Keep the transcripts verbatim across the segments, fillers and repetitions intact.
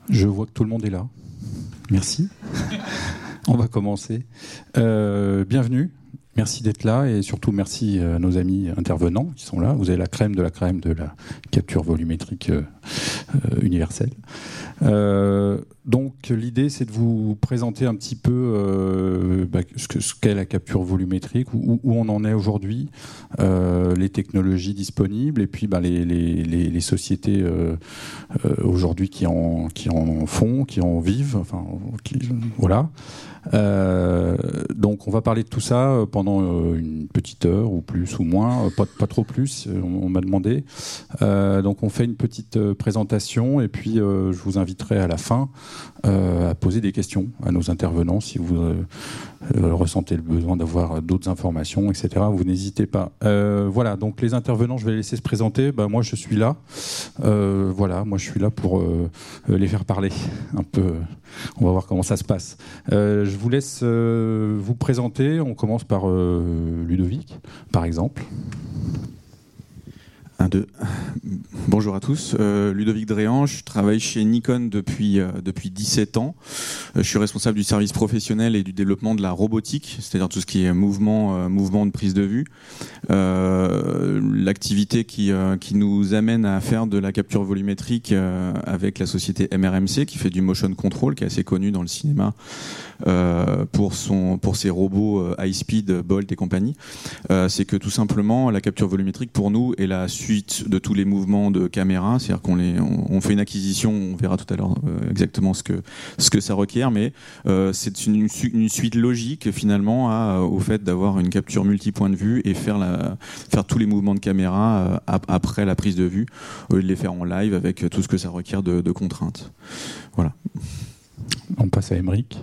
Je vois que tout le monde est là. Merci. On va commencer. Euh, bienvenue. Merci d'être là et surtout merci à nos amis intervenants qui sont là. Vous avez la crème de la crème de la capture volumétrique euh, euh, universelle. Euh, donc l'idée c'est de vous présenter un petit peu euh, bah, ce, que, ce qu'est la capture volumétrique, où, où on en est aujourd'hui, euh, les technologies disponibles et puis bah, les, les, les, les sociétés euh, euh, aujourd'hui qui en, qui en font, qui en vivent. Enfin, qui, voilà. Euh, donc on va parler de tout ça pendant une petite heure ou plus ou moins, pas, pas trop plus, on, on m'a demandé. Euh, donc on fait une petite présentation et puis euh, je vous inviterai à la fin euh, à poser des questions à nos intervenants si vous euh, euh, ressentez le besoin d'avoir d'autres informations, et cetera. Vous n'hésitez pas. Euh, voilà, donc les intervenants, je vais les laisser se présenter. Ben, moi je suis là. Euh, voilà, moi je suis là pour euh, les faire parler un peu. On va voir comment ça se passe. Euh, je vous laisse euh, vous présenter. On commence par euh, Ludovic, par exemple. Un, deux. Bonjour à tous, euh, Ludovic Dréan, je travaille chez Nikon depuis, euh, depuis dix-sept ans. Euh, je suis responsable du service professionnel et du développement de la robotique, c'est-à-dire tout ce qui est mouvement, euh, mouvement de prise de vue. Euh, l'activité qui, euh, qui nous amène à faire de la capture volumétrique euh, avec la société M R M C qui fait du motion control, qui est assez connue dans le cinéma euh, pour, son, pour ses robots euh, high speed, Bolt et compagnie. Euh, c'est que tout simplement la capture volumétrique pour nous est la suite de tous les mouvements de caméra, c'est-à-dire qu'on les, on, on fait une acquisition, on verra tout à l'heure euh, exactement ce que, ce que ça requiert, mais euh, c'est une, une suite logique finalement à, au fait d'avoir une capture multi-point de vue et faire, la, faire tous les mouvements de caméra euh, ap- après la prise de vue, au lieu de les faire en live avec tout ce que ça requiert de, de contraintes. Voilà. On passe à Émeric.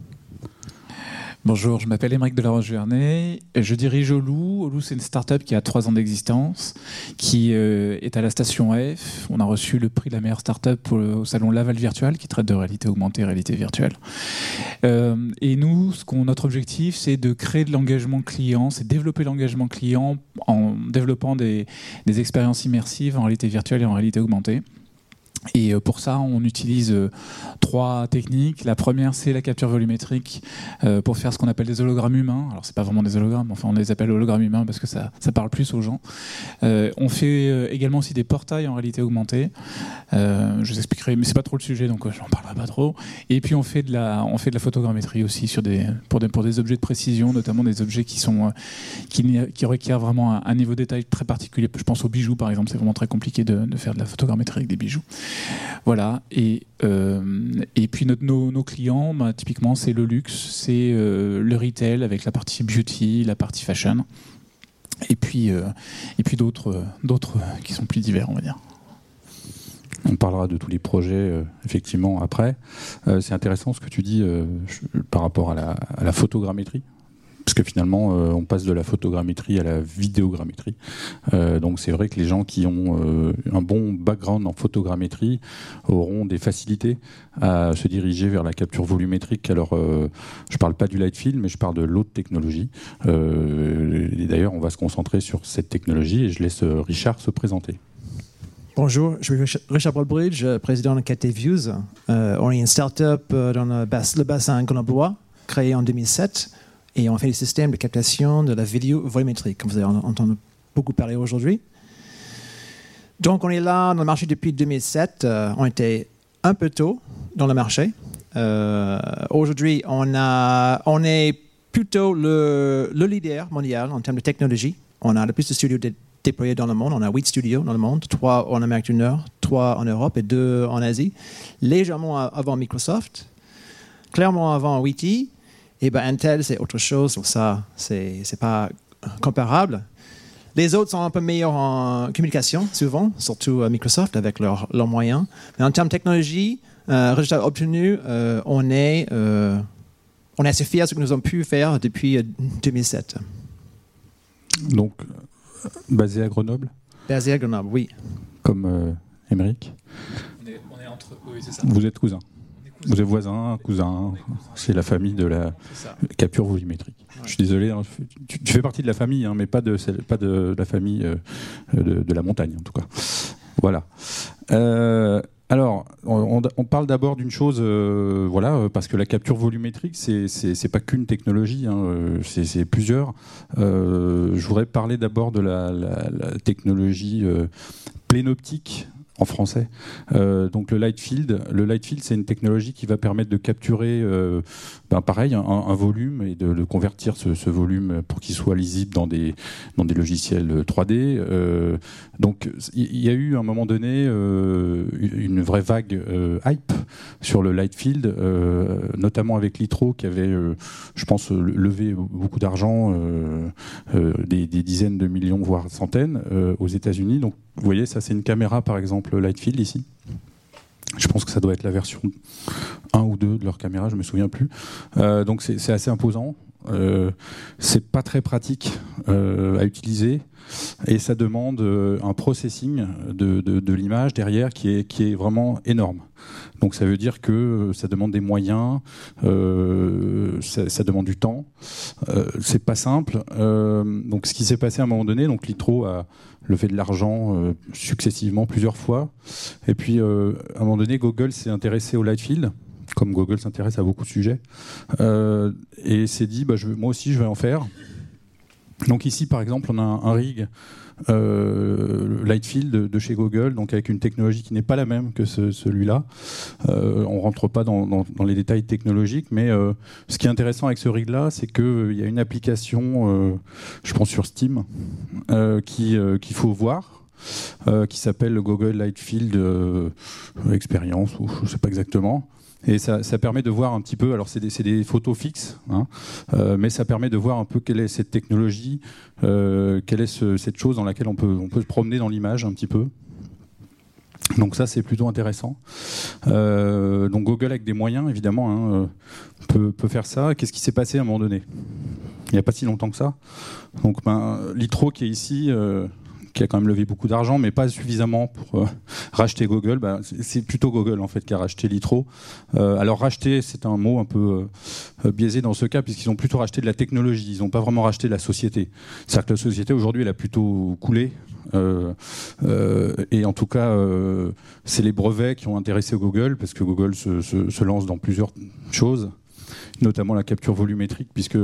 Bonjour, je m'appelle Émeric Delaroche-Vernay, je dirige Olu. Olu, c'est une start-up qui a trois ans d'existence, qui euh, est à la station F. On a reçu le prix de la meilleure start-up pour le, au salon Laval Virtual, qui traite de réalité augmentée, réalité virtuelle. Euh, et nous, ce qu'on, notre objectif, c'est de créer de l'engagement client, c'est développer l'engagement client en développant des, des expériences immersives en réalité virtuelle et en réalité augmentée. Et pour ça, on utilise euh, trois techniques. La première, c'est la capture volumétrique euh, pour faire ce qu'on appelle des hologrammes humains. Alors, c'est pas vraiment des hologrammes, enfin, on les appelle hologrammes humains parce que ça, ça parle plus aux gens. Euh, on fait euh, également aussi des portails en réalité augmentée. Euh, je vous expliquerai, mais c'est pas trop le sujet, donc euh, j'en parlerai pas trop. Et puis, on fait de la, on fait de la photogrammétrie aussi sur des, pour des, pour des objets de précision, notamment des objets qui sont, euh, qui, qui requièrent vraiment un, un niveau de détail très particulier. Je pense aux bijoux, par exemple. C'est vraiment très compliqué de, de faire de la photogrammétrie avec des bijoux. Voilà, et, euh, et puis notre, nos, nos clients, bah, typiquement, c'est le luxe, c'est euh, le retail avec la partie beauty, la partie fashion, et puis, euh, et puis d'autres, d'autres qui sont plus divers, on va dire. On parlera de tous les projets, euh, effectivement, après. Euh, c'est intéressant ce que tu dis euh, je, par rapport à la, à la photogrammétrie. Parce que finalement, euh, on passe de la photogrammétrie à la vidéogrammétrie. Euh, donc c'est vrai que les gens qui ont euh, un bon background en photogrammétrie auront des facilités à se diriger vers la capture volumétrique. Alors, euh, je ne parle pas du light film, mais je parle de l'autre technologie. Euh, et d'ailleurs, on va se concentrer sur cette technologie et je laisse Richard se présenter. Bonjour, je suis Richard Broadbridge, président de K T Views. Euh, on est une start-up dans le, bas, le bassin grenoblois, créée en deux mille sept. Et on fait des systèmes de captation de la vidéo volumétrique, comme vous avez entendu beaucoup parler aujourd'hui. Donc, on est là dans le marché depuis deux mille sept. Euh, on était un peu tôt dans le marché. Euh, aujourd'hui, on, a, on est plutôt le, le leader mondial en termes de technologie. On a le plus de studios dé- déployés dans le monde. On a huit studios dans le monde, trois en Amérique du Nord, trois en Europe et deux en Asie. Légèrement avant Microsoft, clairement avant Witty. Et ben Intel, c'est autre chose, donc ça, c'est, c'est pas comparable. Les autres sont un peu meilleurs en communication, souvent, surtout Microsoft avec leurs leurs moyens. Mais en termes de technologie, euh, résultat obtenu, euh, on, est, euh, on est assez fiers de ce que nous avons pu faire depuis deux mille sept. Donc, basé à Grenoble ? Basé à Grenoble, oui. Comme euh, Émeric ? On est, on est entre... Oui, c'est ça. Vous êtes cousins ? Vous êtes voisins, cousins, c'est la famille de la capture volumétrique. Ouais. Je suis désolé, hein, tu, tu fais partie de la famille, hein, mais pas de, pas de la famille euh, de, de la montagne en tout cas. Voilà. Euh, alors, on, on, on parle d'abord d'une chose, euh, voilà, parce que la capture volumétrique, c'est, c'est, c'est pas qu'une technologie, hein, c'est, c'est plusieurs. Euh, je voudrais parler d'abord de la, la, la technologie euh, plénoptique. En français. Euh, donc le light field, le light field, c'est une technologie qui va permettre de capturer, euh, ben pareil, un, un volume et de, de convertir ce, ce volume pour qu'il soit lisible dans des dans des logiciels trois D. Euh, donc il y a eu à un moment donné euh, une vraie vague euh, hype sur le light field, euh, notamment avec Lytro qui avait, euh, je pense, levé beaucoup d'argent, euh, euh, des, des dizaines de millions voire centaines euh, aux États-Unis. Donc vous voyez, ça c'est une caméra par exemple. Le Lightfield ici. Je pense que ça doit être la version un ou deux de leur caméra, je me souviens plus. Euh, donc c'est, c'est assez imposant. Euh, c'est pas très pratique euh, à utiliser et ça demande euh, un processing de, de, de l'image derrière qui est, qui est vraiment énorme. Donc ça veut dire que ça demande des moyens, euh, ça, ça demande du temps. Euh, c'est pas simple. Euh, donc ce qui s'est passé à un moment donné, donc Lytro a levé de l'argent euh, successivement plusieurs fois. Et puis euh, à un moment donné, Google s'est intéressé au Lightfield, comme Google s'intéresse à beaucoup de sujets, euh, et s'est dit, bah, je, moi aussi je vais en faire. Donc ici par exemple on a un, un rig euh, Lightfield de, de chez Google, donc avec une technologie qui n'est pas la même que ce, celui-là. Euh, on rentre pas dans, dans, dans les détails technologiques, mais euh, ce qui est intéressant avec ce rig-là, c'est qu'il euh, y a une application, euh, je pense sur Steam, euh, qui, euh, qu'il faut voir. Euh, qui s'appelle le Google Lightfield euh, Experience, ou je ne sais pas exactement. Et ça, ça permet de voir un petit peu, alors c'est des, c'est des photos fixes, hein, euh, mais ça permet de voir un peu quelle est cette technologie, euh, quelle est ce, cette chose dans laquelle on peut, on peut se promener dans l'image un petit peu. Donc ça c'est plutôt intéressant. Euh, donc Google avec des moyens évidemment hein, peut, peut faire ça. Qu'est-ce qui s'est passé à un moment donné ? Il n'y a pas si longtemps que ça. Donc ben, Lytro qui est ici... Euh, qui a quand même levé beaucoup d'argent, mais pas suffisamment pour euh, racheter Google. Bah, c'est, c'est plutôt Google en fait qui a racheté Lytro. Euh, alors racheter, c'est un mot un peu euh, biaisé dans ce cas, puisqu'ils ont plutôt racheté de la technologie. Ils n'ont pas vraiment racheté la société. C'est-à-dire que la société aujourd'hui, elle a plutôt coulé. Euh, euh, et en tout cas, euh, c'est les brevets qui ont intéressé Google, parce que Google se, se, se lance dans plusieurs choses, notamment la capture volumétrique, puisque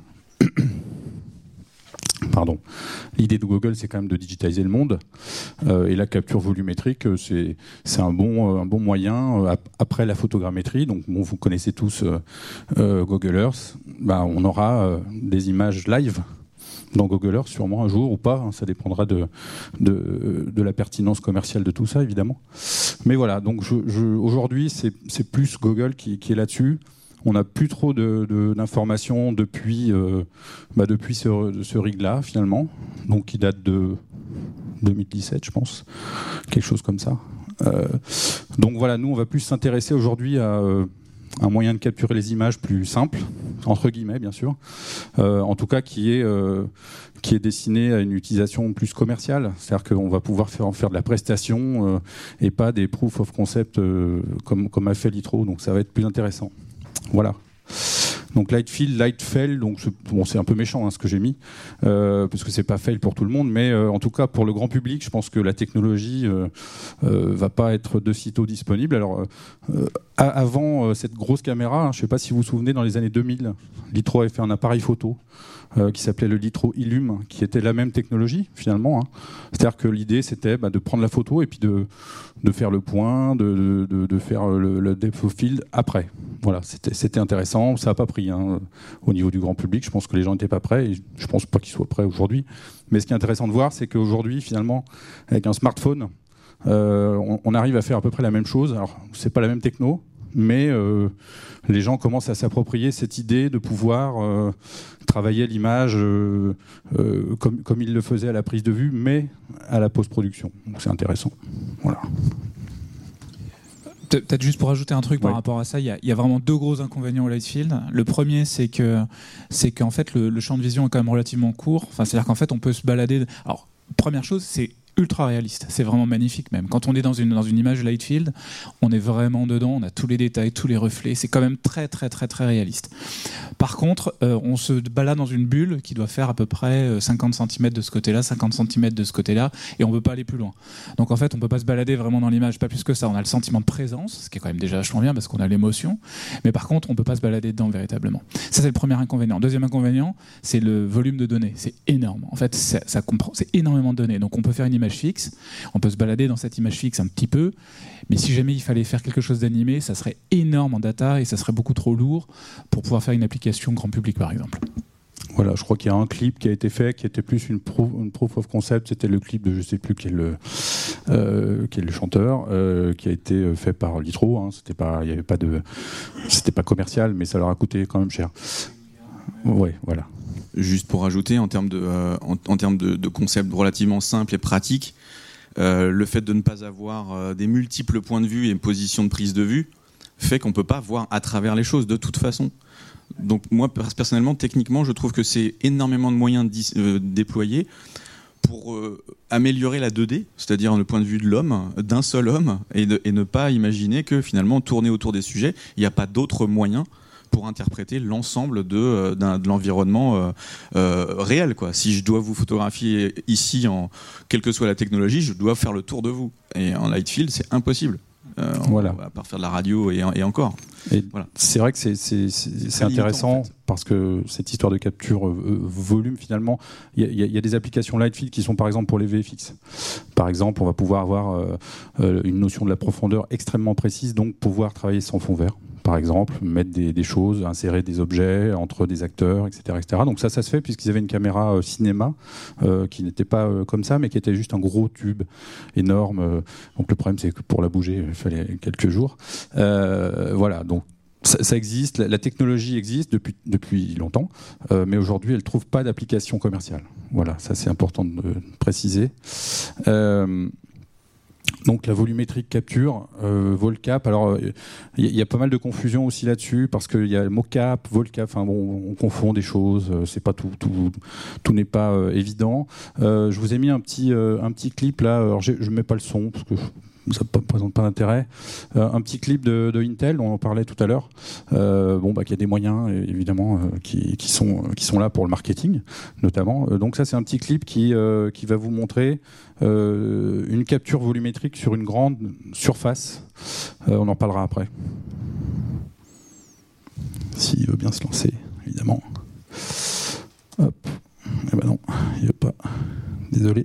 Pardon. L'idée de Google, c'est quand même de digitaliser le monde. Euh, et la capture volumétrique, c'est, c'est un, bon, un bon moyen. Euh, après la photogrammétrie, donc bon, vous connaissez tous euh, euh, Google Earth, bah, on aura euh, des images live dans Google Earth, sûrement un jour ou pas. Hein, ça dépendra de, de, de la pertinence commerciale de tout ça, évidemment. Mais voilà, donc je, je, aujourd'hui, c'est, c'est plus Google qui, qui est là-dessus. On n'a plus trop de, de, d'informations depuis, euh, bah depuis ce, ce rig-là, finalement, donc qui date de deux mille dix-sept, je pense, quelque chose comme ça. Euh, donc voilà, nous, on va plus s'intéresser aujourd'hui à euh, un moyen de capturer les images plus simple, entre guillemets, bien sûr, euh, en tout cas qui est, euh, qui est destiné à une utilisation plus commerciale, c'est-à-dire qu'on va pouvoir faire, en faire de la prestation euh, et pas des proof of concept euh, comme, comme a fait Lytro, donc ça va être plus intéressant. Voilà. Donc Lightfield, Lightfell, donc c'est, bon, c'est un peu méchant hein, ce que j'ai mis, euh, parce que c'est pas fail pour tout le monde, mais euh, en tout cas pour le grand public, je pense que la technologie euh, euh, va pas être de sitôt disponible. Alors euh, avant euh, cette grosse caméra, hein, je sais pas si vous vous souvenez, dans les années deux mille, Lytro avait fait un appareil photo euh, qui s'appelait le Lytro Illum, qui était la même technologie finalement. Hein. C'est-à-dire que l'idée c'était bah, de prendre la photo et puis de de faire le point, de, de, de faire le, le depth of field après. Voilà, c'était, c'était intéressant. Ça n'a pas pris hein, au niveau du grand public. Je pense que les gens n'étaient pas prêts. Et je ne pense pas qu'ils soient prêts aujourd'hui. Mais ce qui est intéressant de voir, c'est qu'aujourd'hui, finalement, avec un smartphone, euh, on, on arrive à faire à peu près la même chose. Alors, ce n'est pas la même techno, mais euh, les gens commencent à s'approprier cette idée de pouvoir euh, travailler l'image euh, euh, comme, comme ils le faisaient à la prise de vue, mais à la post-production. Donc c'est intéressant. Voilà. Peut-être juste pour ajouter un truc par ouais. rapport à ça, il y, a, il y a vraiment deux gros inconvénients au Lightfield. Le premier, c'est que c'est qu'en fait le, le champ de vision est quand même relativement court. Enfin, c'est-à-dire qu'en fait on peut se balader. Alors première chose, c'est ultra réaliste. C'est vraiment magnifique même. Quand on est dans une, dans une image Lightfield, on est vraiment dedans, on a tous les détails, tous les reflets. C'est quand même très très très très réaliste. Par contre, euh, on se balade dans une bulle qui doit faire à peu près cinquante centimètres de ce côté-là, cinquante centimètres de ce côté-là, et on ne peut pas aller plus loin. Donc en fait, on ne peut pas se balader vraiment dans l'image, pas plus que ça. On a le sentiment de présence, ce qui est quand même déjà vachement bien parce qu'on a l'émotion, mais par contre, on ne peut pas se balader dedans véritablement. Ça, c'est le premier inconvénient. Deuxième inconvénient, c'est le volume de données. C'est énorme. En fait, ça, ça comprend, c'est énormément de données. Donc on peut faire une image fixe, on peut se balader dans cette image fixe un petit peu, mais si jamais il fallait faire quelque chose d'animé, ça serait énorme en data et ça serait beaucoup trop lourd pour pouvoir faire une application grand public, par exemple. Voilà, je crois qu'il y a un clip qui a été fait, qui était plus une proof, une proof of concept. C'était le clip de je ne sais plus quel, euh, quel le chanteur, euh, qui a été fait par Litro. Hein. C'était pas, il y avait pas de, c'était pas commercial, mais ça leur a coûté quand même cher. Ouais, voilà. Juste pour ajouter, en termes de, euh, en, en termes de, de concepts relativement simples et pratiques, euh, le fait de ne pas avoir euh, des multiples points de vue et positions de prise de vue fait qu'on ne peut pas voir à travers les choses de toute façon. Donc moi, personnellement, techniquement, je trouve que c'est énormément de moyens dis- euh, déployés pour euh, améliorer la deux D, c'est-à-dire le point de vue de l'homme, d'un seul homme, et, de, et ne pas imaginer que finalement, tourner autour des sujets, il n'y a pas d'autres moyens pour interpréter l'ensemble de, euh, d'un, de l'environnement euh, euh, réel, quoi. Si je dois vous photographier ici, en, quelle que soit la technologie, je dois faire le tour de vous. Et en Lightfield, c'est impossible. Euh, voilà. À part faire de la radio et, et encore. Et voilà. C'est vrai que c'est, c'est, c'est, c'est, c'est intéressant limitant, en fait. Parce que cette histoire de capture euh, volume, finalement, il y, y, y a des applications Lightfield qui sont par exemple pour les V F X. Par exemple, on va pouvoir avoir euh, euh, une notion de la profondeur extrêmement précise, donc pouvoir travailler sans fond vert. Par exemple, mettre des, des choses, insérer des objets entre des acteurs, et cetera, et cetera. Donc ça, ça se fait puisqu'ils avaient une caméra euh, cinéma euh, qui n'était pas euh, comme ça, mais qui était juste un gros tube énorme. Euh, donc le problème, c'est que pour la bouger, il fallait quelques jours. Euh, voilà, donc ça, ça existe, la, la technologie existe depuis, depuis longtemps, euh, mais aujourd'hui, elle ne trouve pas d'application commerciale. Voilà, ça c'est important de, de préciser. Euh, Donc la volumétrique capture, euh, volcap, alors il y, y a pas mal de confusion aussi là-dessus parce qu'il y a le mocap, volcap, enfin bon, on confond des choses, euh, c'est pas tout, tout, tout n'est pas euh, évident. Euh, je vous ai mis un petit, euh, un petit clip là, alors je ne mets pas le son parce que je, ça ne présente pas d'intérêt. Euh, un petit clip de, de Intel, on en parlait tout à l'heure. Euh, bon, bah, qu'il y a des moyens évidemment euh, qui, qui, sont, qui sont là pour le marketing, notamment. Euh, donc ça, c'est un petit clip qui, euh, qui va vous montrer euh, une capture volumétrique sur une grande surface. Euh, on en parlera après. S'il veut bien se lancer, évidemment. Hop. Eh ben non, il veut pas. Désolé.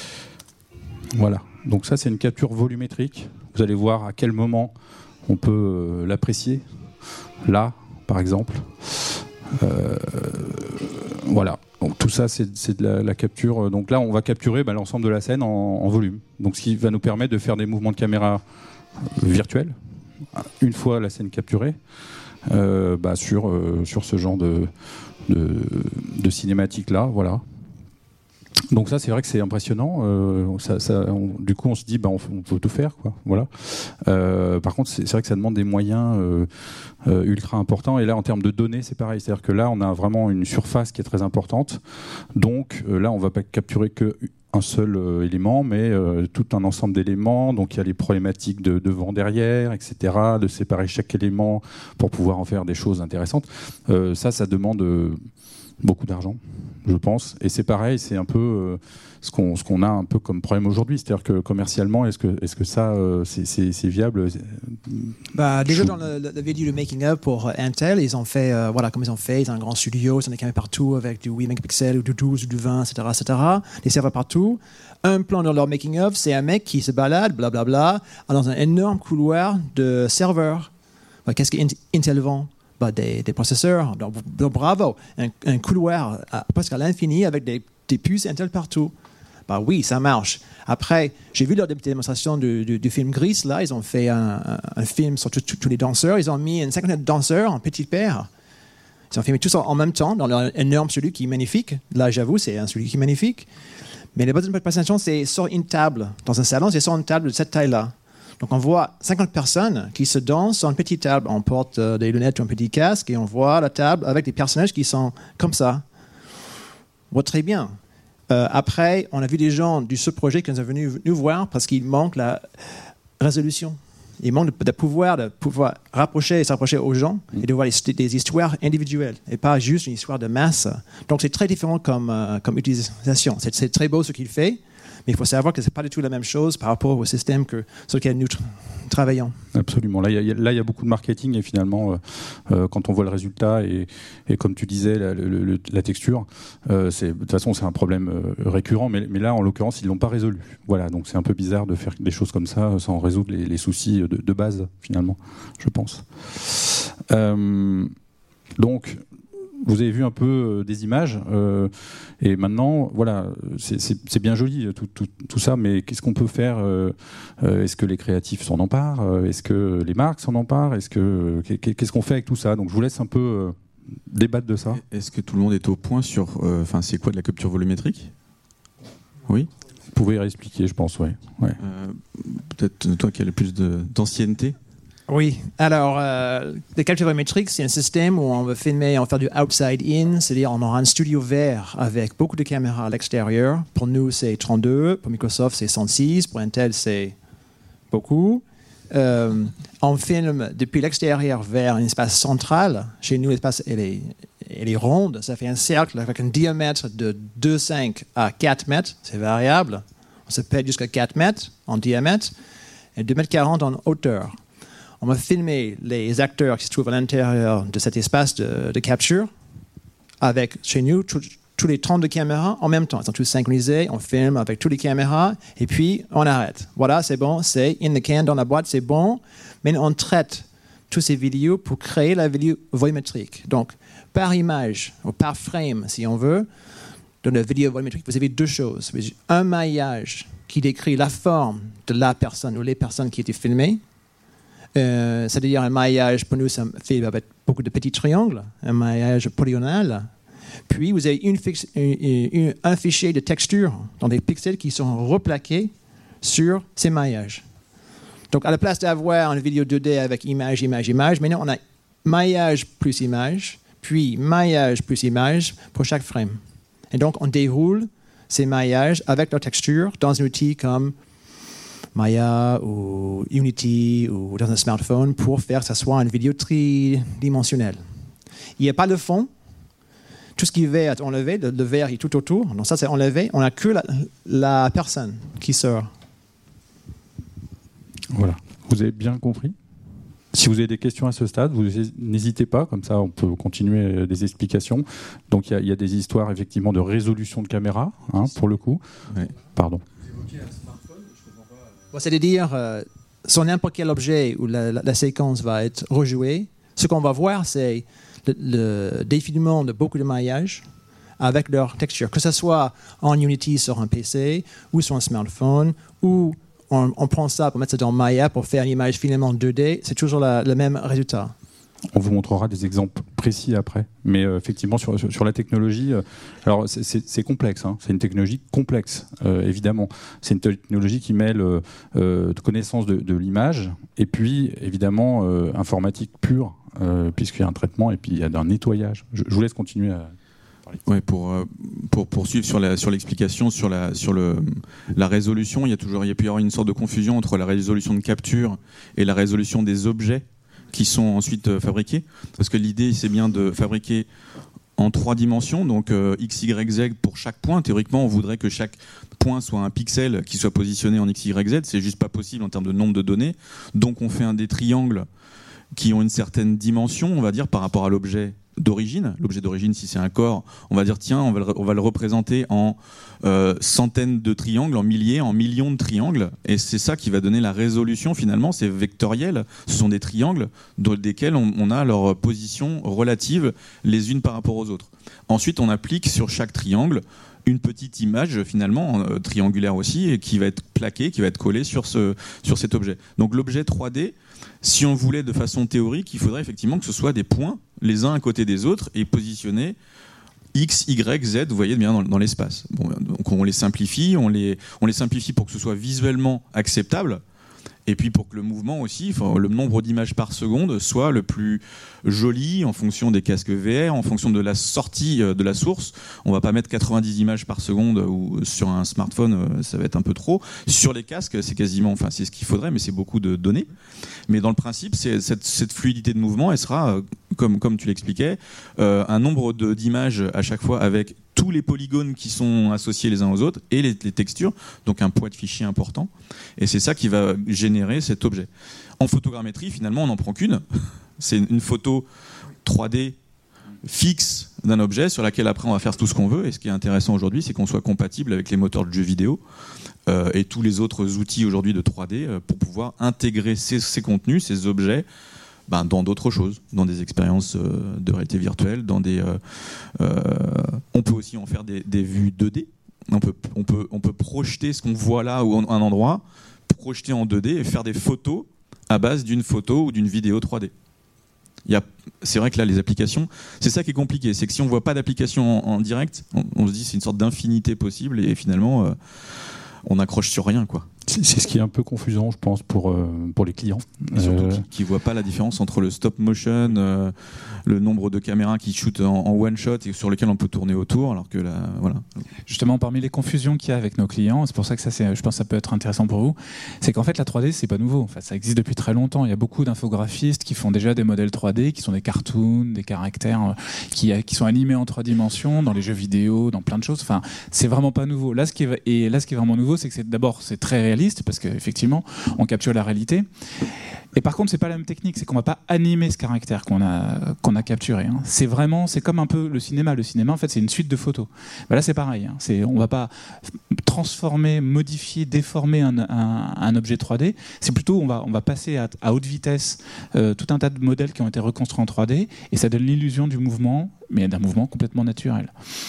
Voilà. Donc ça, c'est une capture volumétrique. Vous allez voir à quel moment on peut euh, l'apprécier. Là, par exemple. Euh, voilà. Donc tout ça, c'est, c'est de la, la capture. Donc là, on va capturer bah, l'ensemble de la scène en, en volume. Donc ce qui va nous permettre de faire des mouvements de caméra virtuels, une fois la scène capturée, euh, bah, sur, euh, sur ce genre de, de, de cinématique-là. Voilà. Donc ça, c'est vrai que c'est impressionnant. Euh, ça, ça, on, du coup, on se dit, bah, on, on peut tout faire, quoi. Voilà. Euh, par contre, c'est, c'est vrai que ça demande des moyens euh, euh, ultra importants. Et là, en termes de données, c'est pareil. C'est-à-dire que là, on a vraiment une surface qui est très importante. Donc euh, là, on ne va pas capturer que un seul euh, élément, mais euh, tout un ensemble d'éléments. Donc il y a les problématiques de, de vent derrière, et cetera, de séparer chaque élément pour pouvoir en faire des choses intéressantes. Euh, ça, ça demande euh, beaucoup d'argent, je pense. Et c'est pareil, c'est un peu euh, ce, qu'on, ce qu'on a un peu comme problème aujourd'hui. C'est-à-dire que commercialement, est-ce que, est-ce que ça, euh, c'est, c'est, c'est viable? Bah, déjà, dans la, la vidéo de Making Up pour euh, Intel, ils ont fait, euh, voilà, comme ils ont fait, ils ont un grand studio, ils ont des caméras partout avec du huit mégapixels, ou du douze, ou du vingt, et cetera, et cetera. Des serveurs partout. Un plan dans leur Making Up, c'est un mec qui se balade, blablabla, dans un énorme couloir de serveurs. Bah, qu'est-ce qu'Intel vend? Bah, des, des processeurs, donc, donc, bravo, un, un couloir à, presque à l'infini avec des, des puces Intel partout. Bah oui, ça marche. Après, j'ai vu leur démonstration du, du, du film Grease, là, ils ont fait un, un, un film sur tous les danseurs, ils ont mis une cinquantaine de danseurs en petite paire. Ils ont filmé tous en même temps dans leur énorme studio qui est magnifique. Là, j'avoue, c'est un studio qui est magnifique. Mais la bonne présentation, c'est sur une table, dans un salon, c'est sur une table de cette taille-là. Donc on voit cinquante personnes qui se dansent sur une petite table. On porte euh, des lunettes ou un petit casque et on voit la table avec des personnages qui sont comme ça. On voit très bien. Euh, après, on a vu des gens du ce projet qui sont venus nous voir parce qu'il manque la résolution. Il manque de, de pouvoir de pouvoir rapprocher et s'approcher aux gens et de voir des, des histoires individuelles et pas juste une histoire de masse. Donc c'est très différent comme, euh, comme utilisation. C'est, c'est très beau ce qu'il fait, mais il faut savoir que ce n'est pas du tout la même chose par rapport au système que, sur lequel nous tra- travaillons. Absolument. Là, il y, y, y a beaucoup de marketing et finalement, euh, euh, quand on voit le résultat et, et comme tu disais, la, le, le, la texture, euh, c'est, de toute façon, c'est un problème euh, récurrent, mais, mais là, en l'occurrence, ils ne l'ont pas résolu. Voilà, donc c'est un peu bizarre de faire des choses comme ça sans résoudre les, les soucis de, de base, finalement, je pense. Euh, donc, vous avez vu un peu euh, des images, euh, et maintenant, voilà, c'est, c'est, c'est bien joli tout, tout, tout ça, mais qu'est-ce qu'on peut faire euh, euh, Est-ce que les créatifs s'en emparent Est-ce que les marques s'en emparent Est-ce que, qu'est-ce qu'on fait avec tout ça? Donc je vous laisse un peu euh, débattre de ça. Est-ce que tout le monde est au point sur, enfin, euh, c'est quoi de la capture volumétrique? Oui. Vous pouvez réexpliquer, je pense, ouais. ouais. Euh, peut-être toi qui as le plus de, d'ancienneté. Oui, alors, euh, le capture volumétrique, c'est un système où on va filmer, on va faire du outside-in, c'est-à-dire on aura un studio vert avec beaucoup de caméras à l'extérieur. Pour nous, c'est trente-deux, pour Microsoft, c'est cent six, pour Intel, c'est beaucoup. Euh, on filme depuis l'extérieur vers un espace central. Chez nous, l'espace, elle est, elle est ronde, ça fait un cercle avec un diamètre de deux virgule cinq à quatre mètres, c'est variable. On se pète jusqu'à quatre mètres en diamètre et deux virgule quarante mètres en hauteur. On va filmer les acteurs qui se trouvent à l'intérieur de cet espace de, de capture avec, chez nous, tous les trente-deux caméras en même temps. Ils sont tous synchronisés, on filme avec toutes les caméras et puis on arrête. Voilà, c'est bon, c'est in the can, dans la boîte, c'est bon. Mais on traite toutes ces vidéos pour créer la vidéo volumétrique. Donc, par image, ou par frame, si on veut, dans la vidéo volumétrique, vous avez deux choses. Vous avez un maillage qui décrit la forme de la personne ou les personnes qui étaient filmées. Euh, c'est-à-dire un maillage, pour nous, ça fait avec beaucoup de petits triangles, un maillage polygonal. Puis, vous avez une fixe, une, une, un fichier de texture dans des pixels qui sont replaqués sur ces maillages. Donc, à la place d'avoir une vidéo deux D avec image, image, image, maintenant, on a maillage plus image, puis maillage plus image pour chaque frame. Et donc, on déroule ces maillages avec leur texture dans un outil comme Maya ou Unity ou dans un smartphone pour faire que ça soit une vidéo tridimensionnelle. Il n'y a pas de fond. Tout ce qui va être enlevé, le, le verre est tout autour. Donc ça, c'est enlevé. On n'a que la, la personne qui sort. Voilà. Vous avez bien compris? Si vous avez des questions à ce stade, vous n'hésitez pas, comme ça on peut continuer des explications. Donc il y, y a des histoires effectivement de résolution de caméra, hein, pour le coup. Ouais. Pardon. C'est-à-dire, euh, sur n'importe quel objet où la, la, la séquence va être rejouée, ce qu'on va voir, c'est le, le défilement de beaucoup de maillages avec leur texture, que ce soit en Unity sur un P C ou sur un smartphone, ou on, on prend ça pour mettre ça dans Maya pour faire une image finalement deux D, c'est toujours la, le même résultat. On vous montrera des exemples précis après. Mais euh, effectivement, sur, sur, sur la technologie, euh, alors c'est, c'est, c'est complexe. Hein. C'est une technologie complexe, euh, évidemment. C'est une technologie qui mêle euh, euh, connaissance de, de l'image et puis, évidemment, euh, informatique pure, euh, puisqu'il y a un traitement et puis il y a un nettoyage. Je, je vous laisse continuer à parler. Ouais, pour, euh, pour poursuivre sur, la, sur l'explication, sur, la, sur le, la résolution, il y a toujours, il y a pu y avoir une sorte de confusion entre la résolution de capture et la résolution des objets qui sont ensuite euh, fabriqués, parce que l'idée c'est bien de fabriquer en trois dimensions, donc euh, X, Y, Z pour chaque point. Théoriquement, on voudrait que chaque point soit un pixel qui soit positionné en X, Y, Z. C'est juste pas possible en termes de nombre de données. Donc on fait un des triangles qui ont une certaine dimension, on va dire, par rapport à l'objet d'origine. L'objet d'origine, si c'est un corps, on va dire tiens, on va le, on va le représenter en euh, centaines de triangles, en milliers, en millions de triangles, et c'est ça qui va donner la résolution finalement. C'est vectoriel, ce sont des triangles dans desquels on, on a leur position relative les unes par rapport aux autres. Ensuite, on applique sur chaque triangle une petite image finalement euh, triangulaire aussi, et qui va être plaquée, qui va être collée sur, ce, sur cet objet. Donc l'objet trois D, si on voulait de façon théorique, il faudrait effectivement que ce soit des points les uns à côté des autres et positionnés X, Y, Z, vous voyez bien dans, dans l'espace. Bon, donc on les simplifie, on les, on les simplifie pour que ce soit visuellement acceptable. Et puis pour que le mouvement aussi, enfin, le nombre d'images par seconde soit le plus joli en fonction des casques V R, en fonction de la sortie de la source. On va pas mettre quatre-vingt-dix images par seconde ou sur un smartphone, ça va être un peu trop. Sur les casques, c'est quasiment, enfin c'est ce qu'il faudrait, mais c'est beaucoup de données. Mais dans le principe, c'est, cette, cette fluidité de mouvement, elle sera, comme, comme tu l'expliquais, euh, un nombre de, d'images à chaque fois avec tous les polygones qui sont associés les uns aux autres et les, les textures, donc un poids de fichier important. Et c'est ça qui va générer cet objet. En photogrammétrie, finalement, on n'en prend qu'une. C'est une photo trois D fixe d'un objet sur laquelle après on va faire tout ce qu'on veut. Et ce qui est intéressant aujourd'hui, c'est qu'on soit compatible avec les moteurs de jeux vidéo euh, et tous les autres outils aujourd'hui de trois D euh, pour pouvoir intégrer ces, ces contenus, ces objets, ben, dans d'autres choses, dans des expériences euh, de réalité virtuelle, dans des. Euh, euh, on peut aussi en faire des, des vues deux D. On peut, on peut, on peut projeter ce qu'on voit là ou un endroit, projeter en deux D et faire des photos à base d'une photo ou d'une vidéo trois D. Il y a, c'est vrai que là, les applications, c'est ça qui est compliqué, c'est que si on ne voit pas d'application en, en direct, on, on se dit c'est une sorte d'infinité possible et finalement, euh, on n'accroche sur rien, quoi. C'est, c'est ce qui est un peu confusant, je pense, pour, euh, pour les clients. Et surtout euh... qui ne voient pas la différence entre le stop motion, euh, le nombre de caméras qui shootent en, en one shot et sur lesquelles on peut tourner autour, alors que là, voilà. Justement, parmi les confusions qu'il y a avec nos clients, c'est pour ça que ça, c'est, je pense que ça peut être intéressant pour vous, c'est qu'en fait la trois D c'est pas nouveau. Enfin, ça existe depuis très longtemps. Il y a beaucoup d'infographistes qui font déjà des modèles trois D, qui sont des cartoons, des caractères, qui, qui sont animés en trois dimensions dans les jeux vidéo, dans plein de choses. Enfin, c'est vraiment pas nouveau. Là, ce qui est, et là, ce qui est vraiment nouveau, c'est que c'est, d'abord c'est très réaliste parce qu'effectivement, on capture la réalité. Et par contre, c'est pas la même technique, c'est qu'on va pas animer ce caractère qu'on a qu'on a capturé. Hein. C'est vraiment, c'est comme un peu le cinéma. Le cinéma, en fait, c'est une suite de photos. Ben là, c'est pareil. Hein. C'est, on va pas transformer, modifier, déformer un, un, un objet trois D. C'est plutôt, on va on va passer à, à haute vitesse euh, tout un tas de modèles qui ont été reconstruits en trois D, et ça donne l'illusion du mouvement, mais d'un mouvement complètement naturel.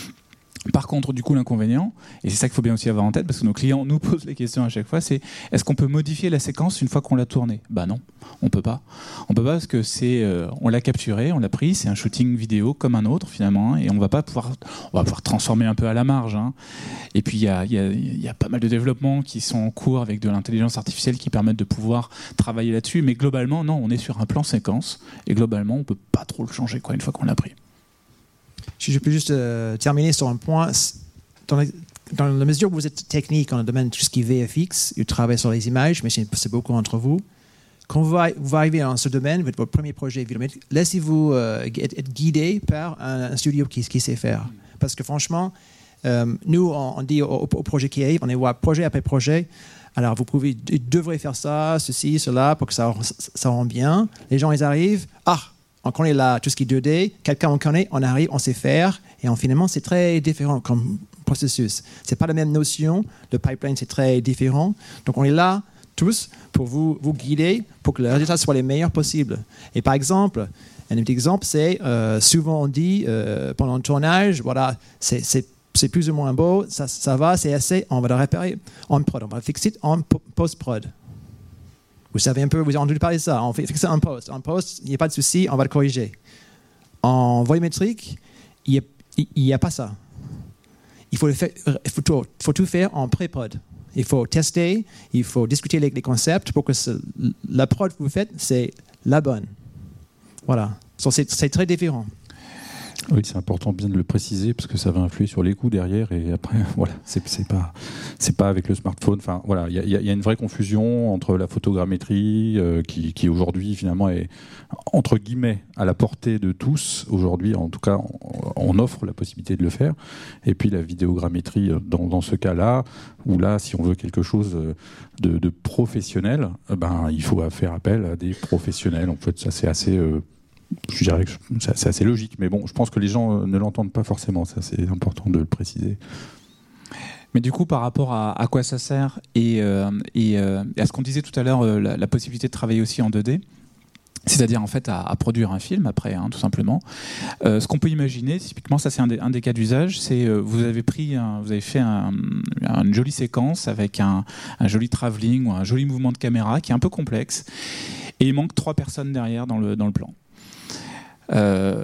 Par contre, du coup, l'inconvénient, et c'est ça qu'il faut bien aussi avoir en tête, parce que nos clients nous posent les questions à chaque fois, c'est est-ce qu'on peut modifier la séquence une fois qu'on l'a tournée ? Bah non, on peut pas. On peut pas parce que c'est, euh, on l'a capturé, on l'a pris, c'est un shooting vidéo comme un autre finalement, hein, et on va pas pouvoir, on va pouvoir transformer un peu à la marge. Hein. Et puis il y a, y, a, y a pas mal de développements qui sont en cours avec de l'intelligence artificielle qui permettent de pouvoir travailler là-dessus, mais globalement, non, on est sur un plan séquence, et globalement, on peut pas trop le changer quoi une fois qu'on l'a pris. Je peux juste euh, terminer sur un point. Dans la, dans la mesure où vous êtes technique dans le domaine de tout ce qui est V F X, vous travaillez sur les images, mais c'est, c'est beaucoup entre vous. Quand vous, vous arrivez dans ce domaine, votre premier projet, laissez-vous euh, être guidé par un, un studio qui, qui sait faire. Parce que franchement, euh, nous, on, on dit au, au, au projet qui arrive, on est voir projet après projet. Alors, vous pouvez, devrez faire ça, ceci, cela, pour que ça, ça rende bien. Les gens, ils arrivent. Ah! On connaît là, tout ce qui est deux D, quelqu'un on connaît, on arrive, on sait faire, et en, finalement, c'est très différent comme processus. Ce n'est pas la même notion, le pipeline, c'est très différent. Donc, on est là, tous, pour vous, vous guider, pour que le résultat soit les meilleurs possibles. Et par exemple, un petit exemple, c'est, euh, souvent on dit, euh, pendant le tournage, voilà, c'est, c'est, c'est plus ou moins beau, ça, ça va, c'est assez, on va le réparer en prod, on va le fixer en post-prod. Vous savez un peu, vous avez entendu parler de ça. On fait ça en post. En post, il n'y a pas de souci, on va le corriger. En volumétrique, il n'y a, a pas ça. Il faut, le faire, il faut, tout, faut tout faire en pré-prod. Il faut tester, il faut discuter les, les concepts pour que ce, la prod que vous faites, c'est la bonne. Voilà. So, c'est, c'est très différent. Oui, c'est important bien de le préciser parce que ça va influer sur les coûts derrière et après, voilà, c'est, c'est pas, c'est pas avec le smartphone. Enfin, voilà, il y, y, y a une vraie confusion entre la photogrammétrie euh, qui, qui aujourd'hui finalement est entre guillemets à la portée de tous. Aujourd'hui, en tout cas, on, on offre la possibilité de le faire. Et puis la vidéogrammétrie dans, dans ce cas-là, où là, si on veut quelque chose de, de professionnel, ben il faut faire appel à des professionnels. En fait, ça c'est assez euh, je dirais que c'est assez logique, mais bon, je pense que les gens ne l'entendent pas forcément, ça c'est important de le préciser. Mais du coup, par rapport à, à quoi ça sert et, euh, et, euh, et à ce qu'on disait tout à l'heure, euh, la, la possibilité de travailler aussi en deux D, c'est-à-dire en fait à, à produire un film après, hein, tout simplement. Euh, ce qu'on peut imaginer, typiquement, ça c'est un des, un des cas d'usage, c'est euh, vous avez pris, un, vous avez fait un, une jolie séquence avec un, un joli travelling ou un joli mouvement de caméra qui est un peu complexe, et il manque trois personnes derrière dans le dans le plan. Euh,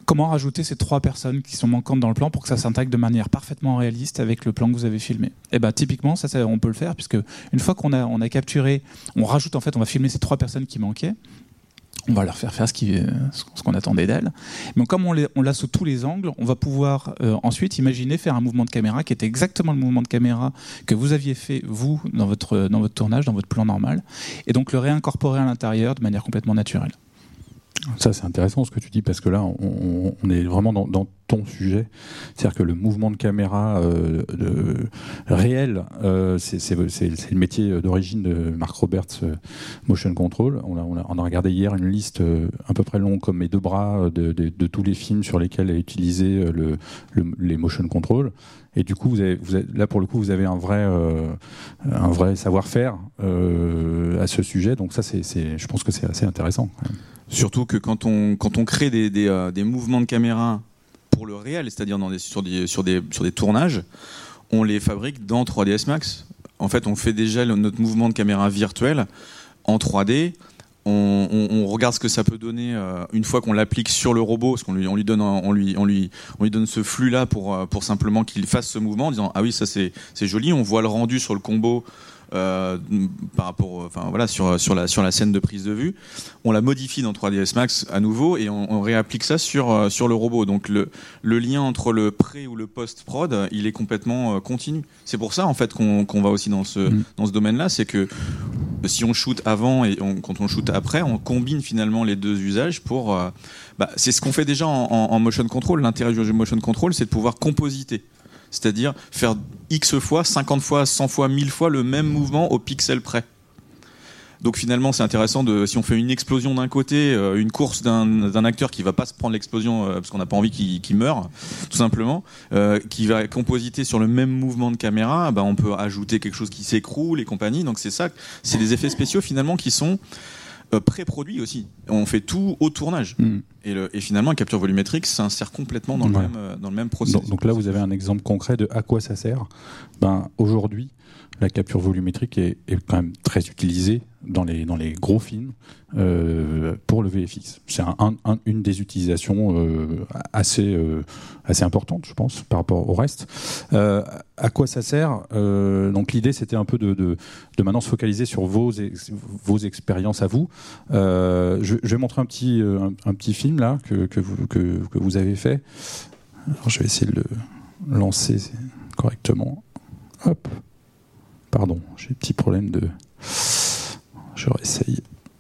comment rajouter ces trois personnes qui sont manquantes dans le plan pour que ça s'intègre de manière parfaitement réaliste avec le plan que vous avez filmé. Et ben typiquement, ça, ça on peut le faire puisque une fois qu'on a, on a capturé, on rajoute en fait, on va filmer ces trois personnes qui manquaient. On va leur faire faire ce, qui, ce qu'on attendait d'elles. Mais comme on, les, on l'a sous tous les angles, on va pouvoir euh, ensuite imaginer faire un mouvement de caméra qui était exactement le mouvement de caméra que vous aviez fait, vous, dans votre, dans votre tournage, dans votre plan normal, et donc le réincorporer à l'intérieur de manière complètement naturelle. Ça, c'est intéressant ce que tu dis, parce que là, on, on est vraiment dans, dans ton sujet. C'est-à-dire que le mouvement de caméra euh, de, réel, euh, c'est, c'est, c'est, c'est le métier d'origine de Mark Roberts, euh, Motion Control. On a, on, a, on a regardé hier une liste euh, à peu près longue comme mes deux bras de, de, de tous les films sur lesquels est utilisé le, le, les Motion Control. Et du coup, vous avez, vous avez, là, pour le coup, vous avez un vrai, euh, un vrai savoir-faire euh, à ce sujet. Donc ça, c'est, c'est, je pense que c'est assez intéressant. Surtout que quand on, quand on crée des, des, euh, des mouvements de caméra pour le réel, c'est-à-dire dans des, sur, des, sur, des, sur des tournages, on les fabrique dans trois D S Max. En fait, on fait déjà le, notre mouvement de caméra virtuel en trois D. On, on, on regarde ce que ça peut donner euh, une fois qu'on l'applique sur le robot, parce qu'on lui, on lui donne, un, on lui, on lui, on lui donne ce flux-là pour, pour simplement qu'il fasse ce mouvement, en disant ah oui, ça c'est, c'est joli. On voit le rendu sur le combo. Euh, par rapport, enfin voilà, sur sur la sur la scène de prise de vue, on la modifie dans trois D S Max à nouveau et on, on réapplique ça sur sur le robot. Donc le le lien entre le pré ou le post prod, il est complètement euh, continu. C'est pour ça en fait qu'on qu'on va aussi dans ce mmh. dans ce domaine-là, c'est que si on shoot avant et on, quand on shoot après, on combine finalement les deux usages pour. Euh, bah, c'est ce qu'on fait déjà en, en, en motion control. L'intérêt du motion control, c'est de pouvoir compositer. C'est-à-dire faire X fois, cinquante fois, cent fois, mille fois le même mouvement au pixel près. Donc finalement, c'est intéressant de, si on fait une explosion d'un côté, euh, une course d'un, d'un acteur qui va pas se prendre l'explosion euh, parce qu'on n'a pas envie qu'il, qu'il meure, tout simplement, euh, qui va compositer sur le même mouvement de caméra, bah, on peut ajouter quelque chose qui s'écroule et compagnie. Donc c'est ça, c'est des effets spéciaux finalement qui sont euh, pré-produits aussi. On fait tout au tournage. Mmh. Et, le, et finalement, la capture volumétrique s'insère complètement dans le, ouais. même, euh, dans le même processus. Donc, donc là, vous avez un exemple concret de à quoi ça sert. Ben, aujourd'hui, la capture volumétrique est, est quand même très utilisée dans les, dans les gros films euh, pour le V F X. C'est un, un, une des utilisations euh, assez, euh, assez importantes, je pense, par rapport au reste. Euh, à quoi ça sert euh, Donc l'idée, c'était un peu de, de, de maintenant se focaliser sur vos, ex, vos expériences à vous. Euh, je, je vais montrer un petit, un, un petit film là que, que, vous, que, que vous avez fait. Alors, je vais essayer de le lancer correctement. Hop. Pardon, j'ai un petit problème de... Je réessaye.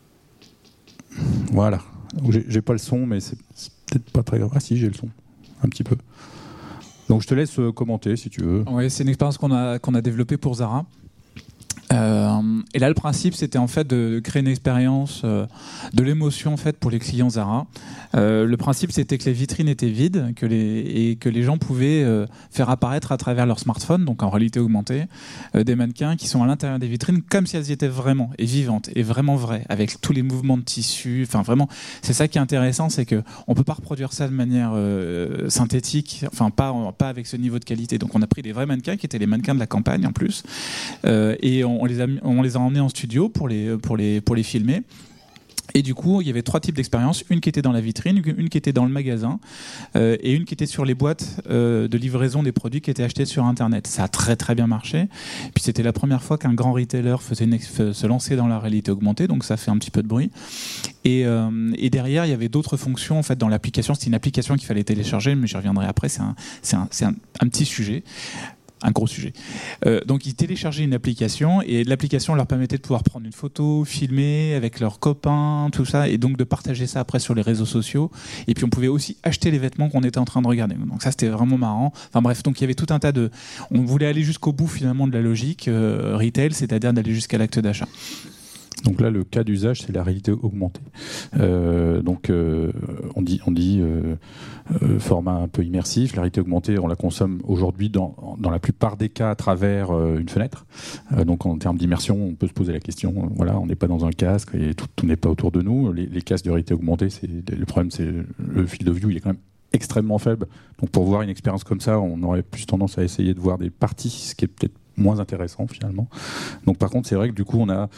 Voilà. J'ai, j'ai pas le son, mais c'est, c'est peut-être pas très grave. Ah si, j'ai le son. Un petit peu. Donc je te laisse commenter si tu veux. Oui, c'est une expérience qu'on a, qu'on a développée pour Zara. Euh, et là, le principe, c'était en fait de créer une expérience euh, de l'émotion en fait pour les clients Zara. Euh, le principe, c'était que les vitrines étaient vides, que les et que les gens pouvaient euh, faire apparaître à travers leur smartphone, donc en réalité augmentée, euh, des mannequins qui sont à l'intérieur des vitrines, comme si elles y étaient vraiment et vivantes et vraiment vraies, avec tous les mouvements de tissu. Enfin, vraiment, c'est ça qui est intéressant, c'est que on peut pas reproduire ça de manière euh, synthétique, enfin pas pas avec ce niveau de qualité. Donc, on a pris des vrais mannequins qui étaient les mannequins de la campagne en plus, euh, et on On les, a, on les a emmenés en studio pour les, pour les, pour les filmer. Et du coup, il y avait trois types d'expériences. Une qui était dans la vitrine, une qui était dans le magasin euh, et une qui était sur les boîtes euh, de livraison des produits qui étaient achetés sur Internet. Ça a très très bien marché. Puis c'était la première fois qu'un grand retailer faisait une ex- se lançait dans la réalité augmentée, donc ça fait un petit peu de bruit. Et, euh, et derrière, il y avait d'autres fonctions en fait, dans l'application. C'était une application qu'il fallait télécharger, mais j'y reviendrai après. C'est un, c'est un, c'est un, un petit sujet. Un gros sujet. Euh, donc ils téléchargeaient une application et l'application leur permettait de pouvoir prendre une photo, filmer avec leurs copains, tout ça, et donc de partager ça après sur les réseaux sociaux. Et puis on pouvait aussi acheter les vêtements qu'on était en train de regarder. Donc ça c'était vraiment marrant. Enfin bref, donc il y avait tout un tas de... On voulait aller jusqu'au bout finalement de la logique euh, retail, c'est-à-dire d'aller jusqu'à l'acte d'achat. Donc là, le cas d'usage, c'est la réalité augmentée. Euh, donc, euh, on dit, on dit euh, euh, format un peu immersif. La réalité augmentée, on la consomme aujourd'hui dans, dans la plupart des cas à travers euh, une fenêtre. Euh, donc, en termes d'immersion, on peut se poser la question. Euh, voilà, on n'est pas dans un casque et tout, tout n'est pas autour de nous. Les, les casques de réalité augmentée, c'est, le problème, c'est le field of view, il est quand même extrêmement faible. Donc, pour voir une expérience comme ça, on aurait plus tendance à essayer de voir des parties, ce qui est peut-être moins intéressant finalement. Donc, par contre, c'est vrai que du coup, on a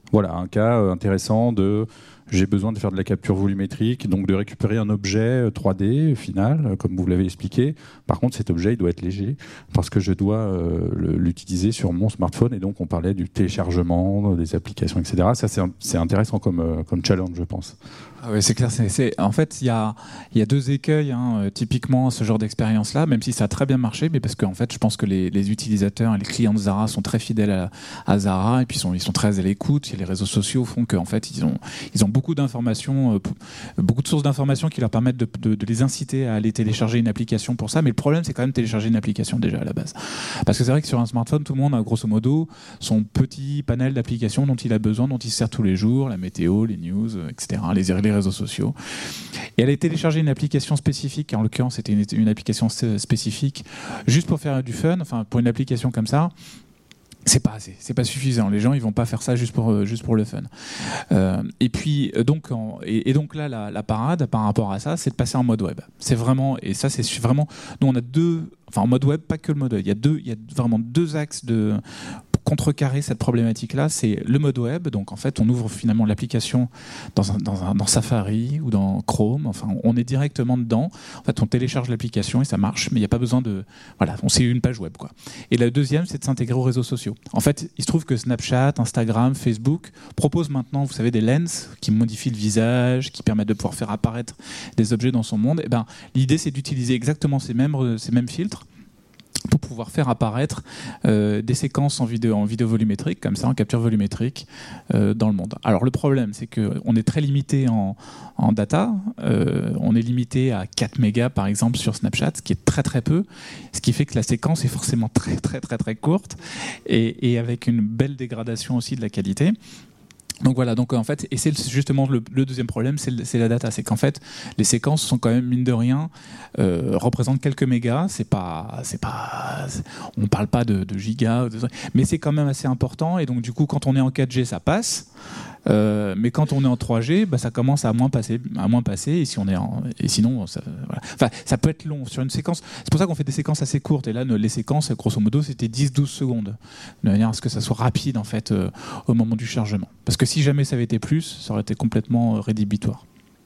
Voilà, un cas intéressant de j'ai besoin de faire de la capture volumétrique, donc de récupérer un objet trois D final, comme vous l'avez expliqué. Par contre, cet objet il doit être léger parce que je dois euh, l'utiliser sur mon smartphone. Et donc, on parlait du téléchargement, des applications, et cetera. Ça, c'est, c'est intéressant comme, euh, comme challenge, je pense. Ah oui, c'est clair. C'est, c'est... En fait, il y a, y a deux écueils, hein, typiquement, à ce genre d'expérience-là, même si ça a très bien marché, mais parce qu'en fait, je pense que les, les utilisateurs et les clients de Zara sont très fidèles à, à Zara, et puis sont, ils sont très à l'écoute. Et les réseaux sociaux font qu'en fait, ils ont, ils ont beaucoup d'informations, euh, beaucoup de sources d'informations qui leur permettent de, de, de les inciter à aller télécharger une application pour ça. Mais le problème, c'est quand même télécharger une application déjà à la base. Parce que c'est vrai que sur un smartphone, tout le monde a grosso modo son petit panel d'applications dont il a besoin, dont il se sert tous les jours, la météo, les news, et cetera, les, les réseaux sociaux. Et elle a téléchargé une application spécifique, en l'occurrence c'était une, une application spécifique, juste pour faire du fun, enfin pour une application comme ça. C'est pas assez, c'est pas suffisant. Les gens, ils vont pas faire ça juste pour juste pour le fun. Euh, et puis donc, en, et, et donc là, la, la parade par rapport à ça, c'est de passer en mode web. C'est vraiment, et ça, c'est vraiment. Nous, on a deux, enfin en mode web, pas que le mode web. Il y a deux, il y a vraiment deux axes de contrecarrer cette problématique-là, c'est le mode web. Donc en fait, on ouvre finalement l'application dans, un, dans, un, dans Safari ou dans Chrome. Enfin, on est directement dedans. En fait, on télécharge l'application et ça marche, mais il n'y a pas besoin de... Voilà, on sait une page web, quoi. Et la deuxième, c'est de s'intégrer aux réseaux sociaux. En fait, il se trouve que Snapchat, Instagram, Facebook proposent maintenant, vous savez, des lens qui modifient le visage, qui permettent de pouvoir faire apparaître des objets dans son monde. Et ben, l'idée, c'est d'utiliser exactement ces mêmes, ces mêmes filtres pour pouvoir faire apparaître euh, des séquences en vidéo, en vidéo volumétrique, comme ça, en capture volumétrique, euh, dans le monde. Alors le problème, c'est qu'on est très limité en, en data. Euh, on est limité à quatre mégas, par exemple, sur Snapchat, ce qui est très très peu, ce qui fait que la séquence est forcément très très très très courte et, et avec une belle dégradation aussi de la qualité. Donc voilà, donc en fait, et c'est justement le, le deuxième problème, c'est, le, c'est la data, c'est qu'en fait, les séquences sont quand même mine de rien, euh, représentent quelques mégas, c'est pas, c'est pas, c'est, on parle pas de, de gigas, de, mais c'est quand même assez important. Et donc du coup, quand on est en quatre G, ça passe. Euh, mais quand on est en trois G, bah, ça commence à moins passer, à moins passer. Et si on est en, et sinon, ça, voilà. Enfin, ça peut être long sur une séquence. C'est pour ça qu'on fait des séquences assez courtes. Et là, les séquences, grosso modo, c'était dix à douze secondes, de manière à ce que ça soit rapide en fait euh, au moment du chargement. Parce que si jamais ça avait été plus, ça aurait été complètement euh, rédhibitoire.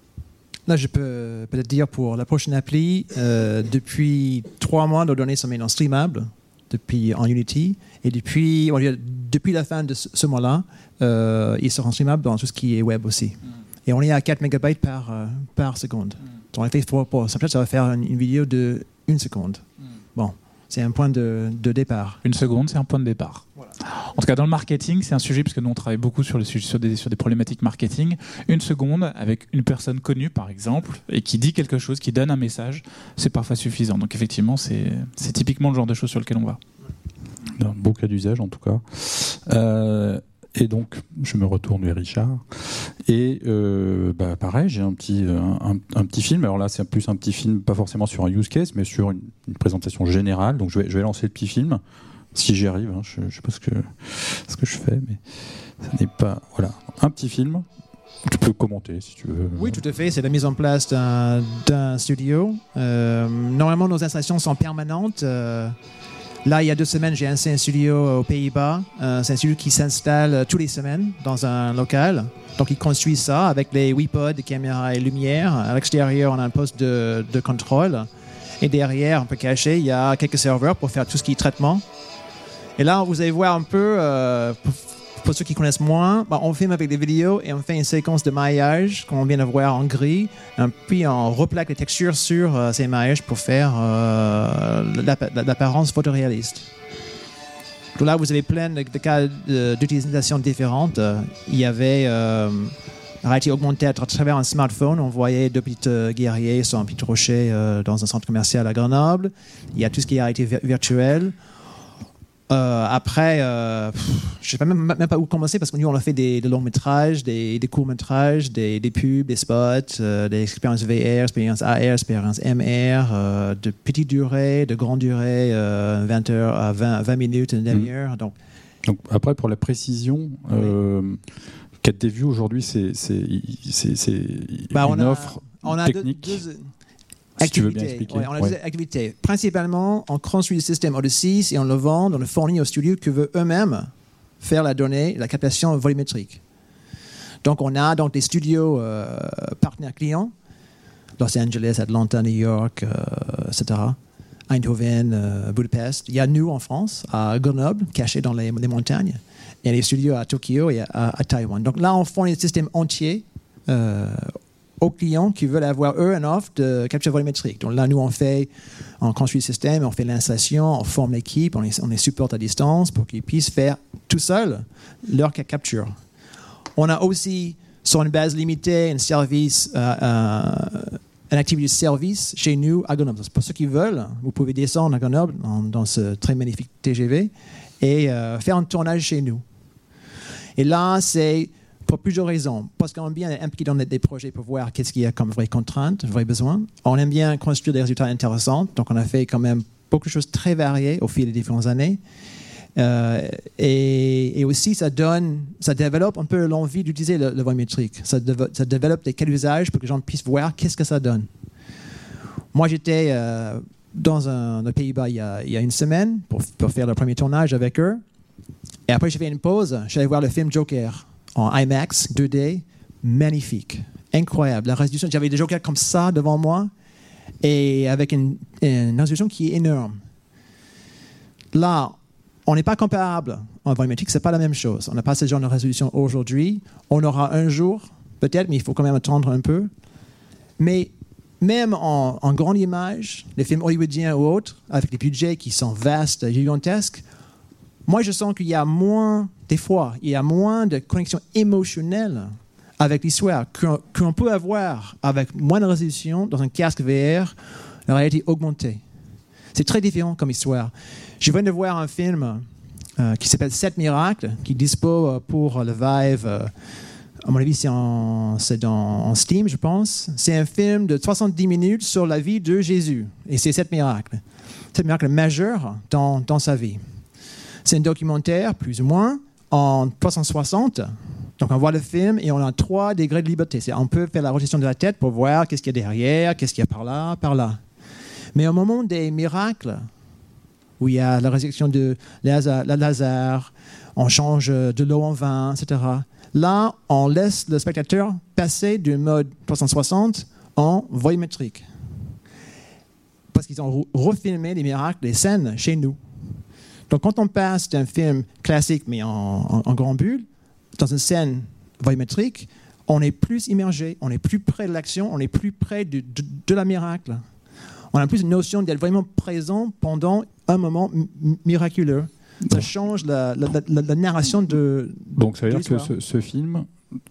Là, je peux peut-être dire pour la prochaine appli, euh, depuis trois mois, nos données sont maintenant streamables depuis en Unity, et depuis, on va dire, depuis la fin de ce, ce mois-là, euh, ils seront streamables dans tout ce qui est web aussi. Mm. Et on est à quatre mégabytes par, euh, par seconde. Mm. En fait, pour, pour Snapchat, ça va faire une, une vidéo de une seconde. Mm. Bon, c'est un point de, de départ. Une seconde, c'est un point de départ. Voilà. En tout cas, dans le marketing, c'est un sujet, parce que nous, on travaille beaucoup sur, le, sur, des, sur des problématiques marketing. Une seconde, avec une personne connue, par exemple, et qui dit quelque chose, qui donne un message, c'est parfois suffisant. Donc, effectivement, c'est, c'est typiquement le genre de choses sur lequel on va. Un beau cas d'usage, en tout cas. Euh, et donc, je me retourne vers Richard. Et euh, bah, pareil, j'ai un petit, un, un petit film. Alors là, c'est plus un petit film, pas forcément sur un use case, mais sur une, une présentation générale. Donc, je vais, je vais lancer le petit film. Si j'y arrive, hein, je ne sais pas ce que, ce que je fais, mais ça n'est pas... Voilà, un petit film. Tu peux commenter si tu veux. Oui, tout à fait. C'est la mise en place d'un, d'un studio. Euh, normalement, nos installations sont permanentes. Euh, là, il y a deux semaines, j'ai installé un studio aux Pays-Bas. Euh, c'est un studio qui s'installe tous les semaines dans un local. Donc, ils construisent ça avec les WePod, caméras et lumière. À l'extérieur, on a un poste de, de contrôle. Et derrière, un peu caché, il y a quelques serveurs pour faire tout ce qui est traitement. Et là, vous allez voir un peu, euh, pour, pour ceux qui connaissent moins, bah, on filme avec des vidéos et on fait une séquence de maillage, comme on vient de voir en gris, et puis on replaque les textures sur euh, ces maillages pour faire euh, l'apparence photoréaliste. Donc là, vous avez plein de, de cas de, d'utilisation différentes. Il y avait euh, la réalité augmentée à travers un smartphone. On voyait deux petits euh, guerriers sur un petit rocher euh, dans un centre commercial à Grenoble. Il y a tout ce qui est réalité vi- virtuelle. Euh, après, euh, pff, je ne sais pas même, même pas où commencer parce que nous on a fait des, des longs métrages, des, des courts métrages, des, des pubs, des spots, euh, des expériences V R, expériences A R, expériences M R, euh, de petite durée, de grande durée, euh, vingt heures à vingt, vingt minutes, une demi-heure. Mmh. Donc, donc après pour la précision, oui. euh, quatre D View aujourd'hui c'est, c'est, c'est, c'est bah, une on a, offre on a technique. Deux, deux, Si tu veux bien expliquer. Ouais, on a ouais. des activités. Principalement, on construit le système Odyssey et on le vend, on le fournit aux studios qui veulent eux-mêmes faire la donnée, la captation volumétrique. Donc on a donc des studios euh, partenaires clients, Los Angeles, Atlanta, New York, euh, et cetera. Eindhoven, euh, Budapest. Il y a nous en France, à Grenoble, cachés dans les, les montagnes. Il y a des studios à Tokyo et à, à, à Taïwan. Donc là, on fournit un système entier euh, aux clients qui veulent avoir, eux, une offre de capture volumétrique. Donc là, nous, on fait, on construit le système, on fait l'installation, on forme l'équipe, on les, on les supporte à distance pour qu'ils puissent faire tout seuls leur capture. On a aussi, sur une base limitée, un service, euh, euh, une activité de service chez nous à Grenoble. Pour ceux qui veulent, vous pouvez descendre à Grenoble dans, dans ce très magnifique T G V et euh, faire un tournage chez nous. Et là, c'est pour plusieurs raisons. Parce qu'on aime bien être impliqué dans des projets pour voir qu'est-ce qu'il y a comme vraies contraintes, vrais besoins. On aime bien construire des résultats intéressants. Donc, on a fait quand même beaucoup de choses très variées au fil des différentes années. Euh, et, et aussi, ça donne, ça développe un peu l'envie d'utiliser le, le volumétrique. Ça, dévo- ça développe des cas d'usage pour que les gens puissent voir qu'est-ce que ça donne. Moi, j'étais euh, dans un, un Pays-Bas il y, a, il y a une semaine pour, pour faire le premier tournage avec eux. Et après, j'ai fait une pause. Je suis allé voir le film Joker en IMAX deux D. Magnifique. Incroyable. La résolution, j'avais des Jokers comme ça devant moi et avec une, une résolution qui est énorme. Là, on n'est pas comparable en volumétrique, ce n'est pas la même chose. On n'a pas ce genre de résolution aujourd'hui. On aura un jour, peut-être, mais il faut quand même attendre un peu. Mais même en, en grande image, les films hollywoodiens ou autres, avec des budgets qui sont vastes, gigantesques, moi je sens qu'il y a moins, des fois, il y a moins de connexion émotionnelle avec l'histoire qu'on, qu'on peut avoir avec moins de résolution dans un casque V R, la réalité augmentée. C'est très différent comme histoire. Je viens de voir un film euh, qui s'appelle Sept miracles, qui est dispo euh, pour le Vive. Euh, à mon avis, c'est, en, c'est dans, en Steam, je pense. C'est un film de soixante-dix minutes sur la vie de Jésus. Et c'est Sept miracles. Sept miracles majeurs dans, dans sa vie. C'est un documentaire, plus ou moins, en trois cent soixante. Donc, on voit le film et on a trois degrés de liberté. C'est, on peut faire la rotation de la tête pour voir qu'est-ce qu'il y a derrière, qu'est-ce qu'il y a par là, par là. Mais au moment des miracles, où il y a la résurrection de Lazare, on change de l'eau en vin, et cetera. Là, on laisse le spectateur passer du mode trois cent soixante en volumétrique. Parce qu'ils ont refilmé les miracles, les scènes chez nous. Donc, quand on passe d'un film classique, mais en, en, en grand bulle, dans une scène volumétrique, on est plus immergé, on est plus près de l'action, on est plus près de, de, de la miracle. On a plus une notion d'être vraiment présent pendant un moment m- miraculeux. Ça change la, la, la, la narration de. Donc ça veut de dire que ce, ce film,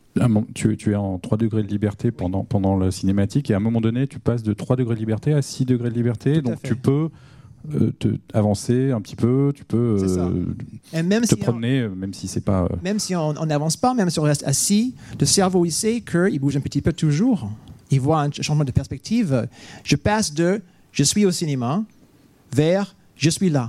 tu, tu es en trois degrés de liberté pendant, pendant la cinématique, et à un moment donné, tu passes de trois degrés de liberté à six degrés de liberté. Tout donc tu peux euh, te, avancer un petit peu, tu peux euh, et même te si promener, on, même si c'est pas. Euh... Même si on n'avance pas, même si on reste assis, le cerveau il sait qu'il bouge un petit peu toujours. Il voit un changement de perspective. Je passe de je suis au cinéma vers je suis là.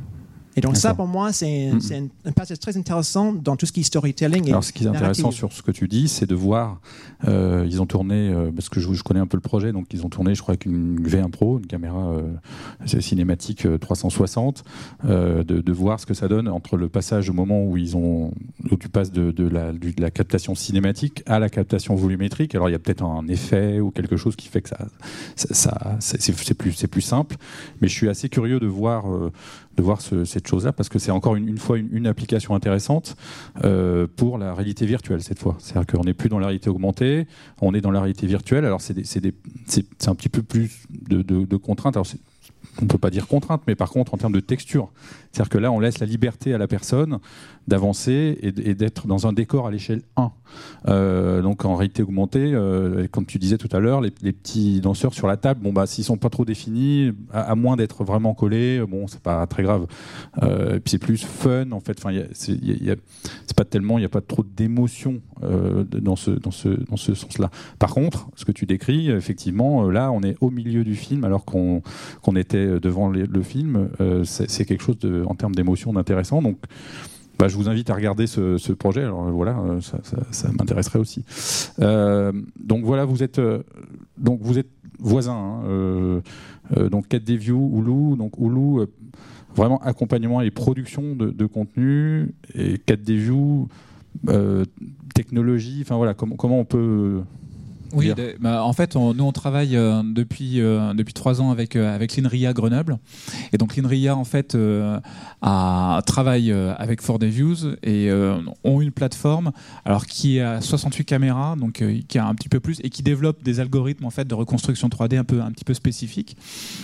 Et donc, D'accord. ça, pour moi, c'est, mmh. c'est un, un passage très intéressant dans tout ce qui est storytelling. Alors, ce qui est intéressant sur ce que tu dis, c'est de voir. Euh, ils ont tourné, euh, parce que je, je connais un peu le projet, donc ils ont tourné, je crois, avec une V un Pro, une caméra euh, cinématique euh, trois cent soixante, euh, de, de voir ce que ça donne entre le passage au moment où ils ont, où tu passes de, de, la, de la captation cinématique à la captation volumétrique. Alors, il y a peut-être un effet ou quelque chose qui fait que ça, ça, ça c'est, c'est plus, c'est plus simple. Mais je suis assez curieux de voir. Euh, de voir ce, cette chose-là, parce que c'est encore une, une fois une, une application intéressante euh, pour la réalité virtuelle cette fois. C'est-à-dire qu'on n'est plus dans la réalité augmentée, on est dans la réalité virtuelle. Alors c'est, des, c'est, des, c'est, c'est un petit peu plus de, de, de contraintes. Alors c'est, on ne peut pas dire contrainte, mais par contre en termes de texture. C'est-à-dire que là, on laisse la liberté à la personne d'avancer et, et d'être dans un décor à l'échelle un. Euh, donc en réalité augmentée, euh, comme tu disais tout à l'heure, les, les petits danseurs sur la table, bon bah s'ils sont pas trop définis, à, à moins d'être vraiment collés, bon c'est pas très grave. Euh, et puis c'est plus fun en fait. Enfin, y a, c'est, y a, c'est pas tellement, il y a pas trop d'émotion euh, dans ce dans ce dans ce sens-là. Par contre, ce que tu décris, effectivement, là, on est au milieu du film alors qu'on qu'on était devant les, le film. Euh, c'est, c'est quelque chose de, en termes d'émotion d'intéressant. Donc bah, je vous invite à regarder ce, ce projet. Alors voilà, ça, ça, ça m'intéresserait aussi. Euh, donc voilà, vous êtes euh, donc vous êtes voisins. Hein, euh, euh, donc quatre D View, Hulu, donc Hulu, euh, vraiment accompagnement et production de, de contenu, et quatre D View, euh, technologie, enfin voilà, comment, comment on peut... Oui, de, bah, en fait, on, nous on travaille euh, depuis euh, depuis trois ans avec euh, avec l'INRIA Grenoble, et donc l'INRIA en fait euh, a, travaille euh, avec four D Views et euh, ont une plateforme alors qui a soixante-huit caméras, donc euh, qui a un petit peu plus et qui développe des algorithmes en fait de reconstruction trois D un peu un petit peu spécifiques.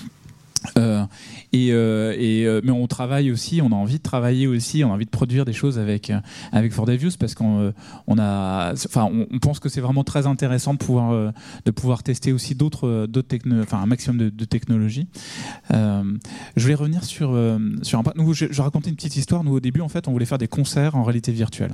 Euh, et, euh, et euh, mais on travaille aussi, on a envie de travailler aussi, on a envie de produire des choses avec avec four D Views parce qu'on on a, enfin, on, on pense que c'est vraiment très intéressant de pouvoir euh, de pouvoir tester aussi d'autres d'autres techno, enfin un maximum de, de technologies. Euh, je voulais revenir sur euh, sur un. Nous, je, je racontais une petite histoire. Nous, au début, en fait, on voulait faire des concerts en réalité virtuelle.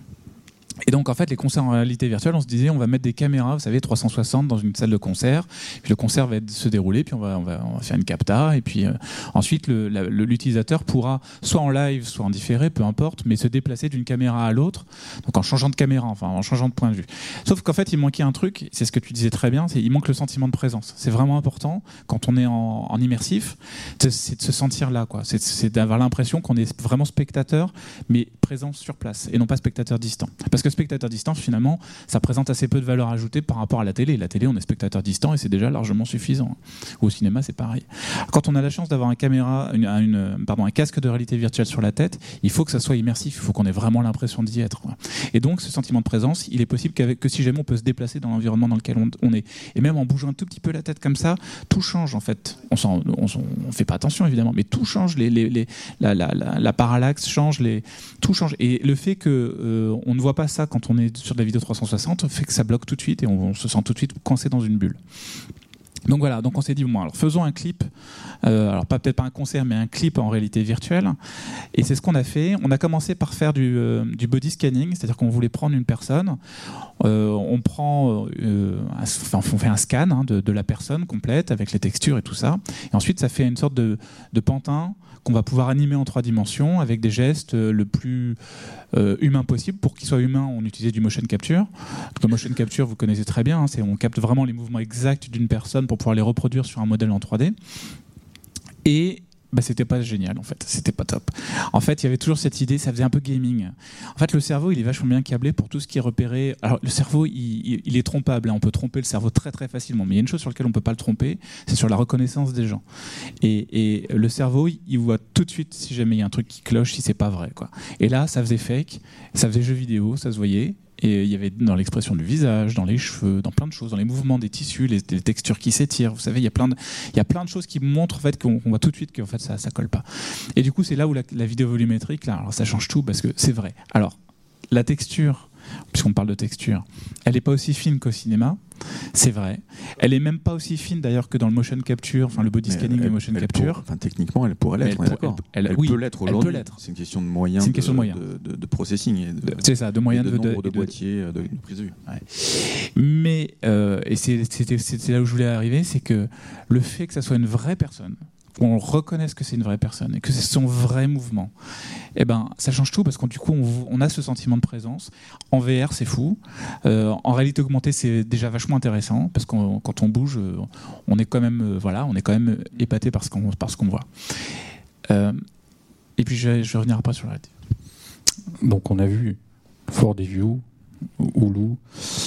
Et donc en fait les concerts en réalité virtuelle, on se disait on va mettre des caméras, vous savez, trois cent soixante dans une salle de concert, puis le concert va être, se dérouler, puis on va, on va, on va faire une capta, et puis euh, ensuite le, la, le, l'utilisateur pourra soit en live, soit en différé, peu importe, mais se déplacer d'une caméra à l'autre, donc en changeant de caméra, enfin en changeant de point de vue. Sauf qu'en fait il manquait un truc, c'est ce que tu disais très bien, c'est il manque le sentiment de présence. C'est vraiment important quand on est en, en immersif, c'est de se sentir là, quoi. C'est, c'est d'avoir l'impression qu'on est vraiment spectateur, mais présent sur place, et non pas spectateur distant. Parce que spectateur distant, finalement, ça présente assez peu de valeur ajoutée par rapport à la télé. La télé, on est spectateur distant et c'est déjà largement suffisant. Ou au cinéma, c'est pareil. Quand on a la chance d'avoir un caméra, une, une, pardon, un casque de réalité virtuelle sur la tête, il faut que ça soit immersif. Il faut qu'on ait vraiment l'impression d'y être, quoi. Et donc, ce sentiment de présence, il est possible qu'avec, que si jamais on peut se déplacer dans l'environnement dans lequel on, on est, et même en bougeant un tout petit peu la tête comme ça, tout change en fait. On s'en, on, s'en, on fait pas attention évidemment, mais tout change. Les, les, les, la, la, la, la parallaxe change, les, tout change. Et le fait que euh, on ne voit pas ça quand on est sur de la vidéo trois cent soixante fait que ça bloque tout de suite et on, on se sent tout de suite coincé dans une bulle. Donc voilà, donc on s'est dit bon, alors faisons un clip, euh, alors pas peut-être pas un concert, mais un clip en réalité virtuelle. Et c'est ce qu'on a fait. On a commencé par faire du, euh, du body scanning, c'est-à-dire qu'on voulait prendre une personne, euh, on prend, euh, un, enfin, on fait un scan hein, de, de la personne complète avec les textures et tout ça. Et ensuite, ça fait une sorte de, de pantin qu'on va pouvoir animer en trois dimensions avec des gestes euh, le plus euh, humain possible. Pour qu'il soit humain, on utilisait du motion capture. Donc, le motion capture, vous connaissez très bien, hein, c'est, on capte vraiment les mouvements exacts d'une personne pour pouvoir les reproduire sur un modèle en trois D. Et bah, c'était pas génial en fait, c'était pas top. En fait, il y avait toujours cette idée, ça faisait un peu gaming. En fait, le cerveau, il est vachement bien câblé pour tout ce qui est repéré. Alors, le cerveau, il, il, il est trompable, hein. On peut tromper le cerveau très très facilement, mais il y a une chose sur laquelle on peut pas le tromper, c'est sur la reconnaissance des gens. Et, et le cerveau, il voit tout de suite si jamais il y a un truc qui cloche, si c'est pas vrai, quoi. Et là, ça faisait fake, ça faisait jeu vidéo, ça se voyait. Et il y avait dans l'expression du visage, dans les cheveux, dans plein de choses, dans les mouvements des tissus, les, les textures qui s'étirent. Vous savez, il y a plein de, il y a plein de choses qui montrent en fait qu'on, qu'on voit tout de suite qu'en fait ça, ça colle pas. Et du coup, c'est là où la, la vidéo volumétrique, là, alors ça change tout parce que c'est vrai. Alors, la texture, puisqu'on parle de texture, elle n'est pas aussi fine qu'au cinéma. C'est vrai. Elle est même pas aussi fine d'ailleurs que dans le motion capture, enfin le body mais scanning elle, et motion elle capture. Pour, enfin techniquement, elle pourrait l'être. Elle, pour, elle, elle, elle oui, peut l'être aujourd'hui. Elle peut l'être. C'est une question de moyens. C'est une question de, de, moyens. de, de, de processing et de. C'est ça, de moyens de, de, de nombre de, de, de boîtiers, de, de prise de vue. Ouais. Mais euh, et c'est, c'était, c'était là où je voulais arriver, c'est que le fait que ça soit une vraie personne, qu'on reconnaisse que c'est une vraie personne et que c'est son vrai mouvement, eh ben, ça change tout parce que du coup, on, on a ce sentiment de présence. En V R, c'est fou. Euh, en réalité augmentée, c'est déjà vachement intéressant parce que quand on bouge, on est quand même, euh, voilà, on est quand même épaté par ce qu'on, par ce qu'on voit. Euh, et puis, je vais, je vais revenir après sur la réalité. Donc, on a vu four D Views, Hulu.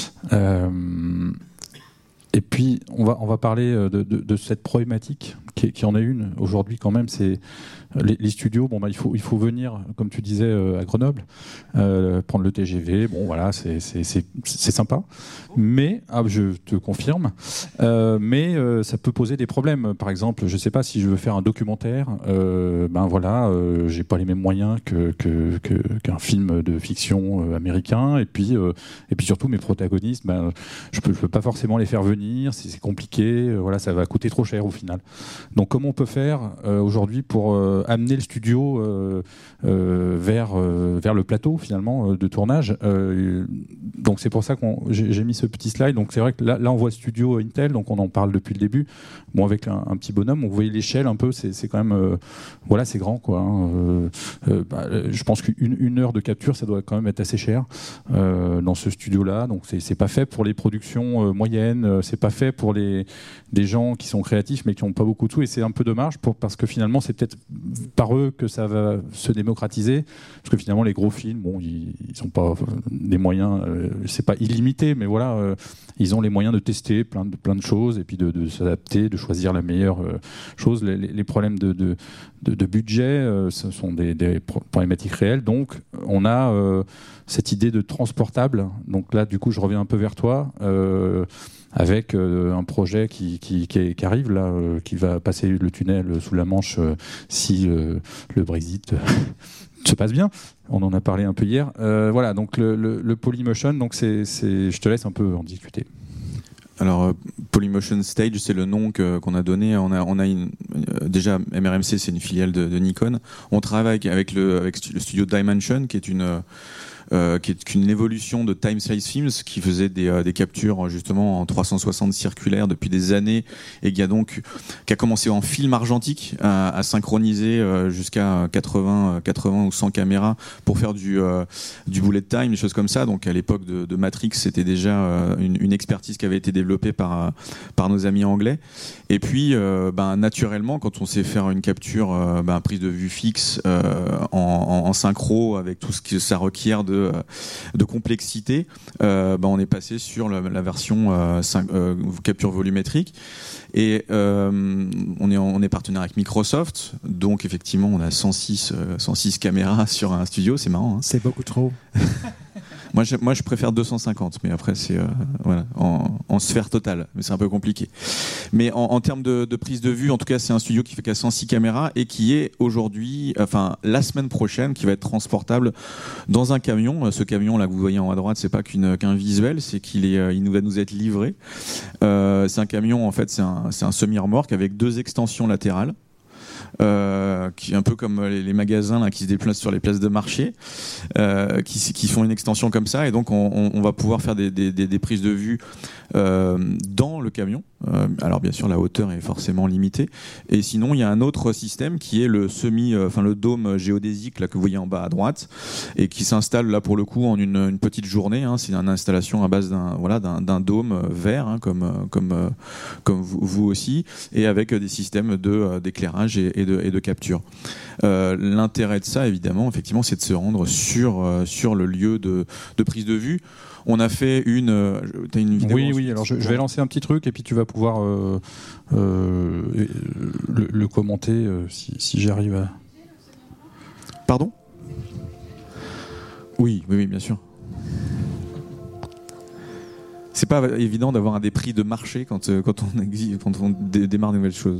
Euh, Et puis, on va, on va parler de, de, de cette problématique qui, qui en est une aujourd'hui quand même. C'est les, les studios. Bon, bah, il faut, il faut venir, comme tu disais, à Grenoble, euh, prendre le T G V. Bon, voilà, c'est, c'est, c'est, c'est sympa. Mais, ah, je te confirme, euh, mais euh, ça peut poser des problèmes. Par exemple, je ne sais pas si je veux faire un documentaire. Euh, ben voilà, euh, j'ai pas les mêmes moyens que, que, que, qu'un film de fiction euh, américain. Et puis, euh, et puis surtout, mes protagonistes, ben, je peux, je peux pas forcément les faire venir. C'est, c'est compliqué. Euh, voilà, ça va coûter trop cher au final. Donc, comment on peut faire euh, aujourd'hui pour euh, amener le studio euh, euh, vers euh, vers le plateau finalement euh, de tournage. Euh, donc c'est pour ça que j'ai, j'ai mis ce petit slide. Donc c'est vrai que là, là on voit studio Intel, donc on en parle depuis le début. Bon, avec un, un petit bonhomme, on voyait l'échelle un peu. C'est, c'est quand même euh, voilà, c'est grand quoi. Hein. Euh, euh, bah, je pense qu'une une heure de capture, ça doit quand même être assez cher euh, dans ce studio-là. Donc c'est, c'est pas fait pour les productions euh, moyennes. C'est pas fait pour les des gens qui sont créatifs mais qui n'ont pas beaucoup de tout, et c'est un peu dommage pour, parce que finalement, c'est peut-être par eux que ça va se démocratiser, parce que finalement, les gros films, bon, ils, ils sont pas des moyens, euh, c'est pas illimité, mais voilà, euh, ils ont les moyens de tester plein de plein de choses et puis de, de s'adapter, de choisir la meilleure euh, chose. Les, les problèmes de, de, de, de budget, euh, ce sont des, des problématiques réelles. Donc, on a euh, cette idée de transportable. Donc là, du coup, je reviens un peu vers toi. Euh, avec euh, un projet qui, qui, qui, qui arrive là, euh, qui va passer le tunnel sous la Manche euh, si euh, le Brexit euh, se passe bien. On en a parlé un peu hier. Euh, voilà, donc le, le, le Polymotion, donc c'est, c'est, je te laisse un peu en discuter. Alors, euh, Polymotion Stage, c'est le nom que, qu'on a donné. On a, on a une, euh, déjà, M R M C, c'est une filiale de, de Nikon. On travaille avec le, avec le studio Dimension, qui est une... Euh, qui est une évolution de Time Slice Films qui faisait des, euh, des captures justement en trois cent soixante circulaires depuis des années et qui a donc qui a commencé en film argentique à, à synchroniser euh, jusqu'à quatre-vingts, quatre-vingts ou cent caméras pour faire du, euh, du bullet time, des choses comme ça. Donc à l'époque de, de Matrix, c'était déjà euh, une, une expertise qui avait été développée par, par nos amis anglais. Et puis euh, ben, naturellement, quand on sait faire une capture, euh, ben, prise de vue fixe euh, en, en, en synchro avec tout ce que ça requiert de De, de complexité, euh, bah on est passé sur la, la version euh, cinq, euh, capture volumétrique et euh, on est on est partenaire avec Microsoft, donc effectivement on a cent six, euh, cent six caméras sur un studio, c'est marrant. Hein. C'est beaucoup trop. Moi je, moi, je préfère deux cent cinquante, mais après, c'est euh, voilà, en, en sphère totale. Mais c'est un peu compliqué. Mais en, en termes de, de prise de vue, en tout cas, c'est un studio qui fait qu'à cent six caméras et qui est aujourd'hui, enfin, la semaine prochaine, qui va être transportable dans un camion. Ce camion, là, que vous voyez en haut à droite, c'est pas qu'une, qu'un visuel, c'est qu'il est, il nous va nous être livré. Euh, c'est un camion, en fait, c'est un, c'est un semi-remorque avec deux extensions latérales. Euh, qui un peu comme les, les magasins là, qui se déplacent sur les places de marché, euh, qui, qui font une extension comme ça, et donc on, on, on va pouvoir faire des, des, des prises de vue euh, dans le camion. Euh, alors bien sûr la hauteur est forcément limitée, et sinon il y a un autre système qui est le semi, enfin euh, le dôme géodésique là que vous voyez en bas à droite, et qui s'installe là pour le coup en une, une petite journée. Hein. C'est une installation à base d'un voilà d'un, d'un dôme vert, hein, comme comme euh, comme vous, vous aussi, et avec des systèmes de euh, d'éclairage et, et de et de capture. Euh, l'intérêt de ça, évidemment, effectivement, c'est de se rendre sur euh, sur le lieu de de prise de vue. On a fait une. Euh, t'as une vidéo. Oui, oui. Alors je, je vais lancer un petit truc et puis tu vas pouvoir euh, euh, le, le commenter euh, si, si j'arrive à. Pardon ? Oui, oui, oui, bien sûr. C'est pas évident d'avoir un des prix de marché quand euh, quand on exige, quand on dé- démarre de nouvelles choses.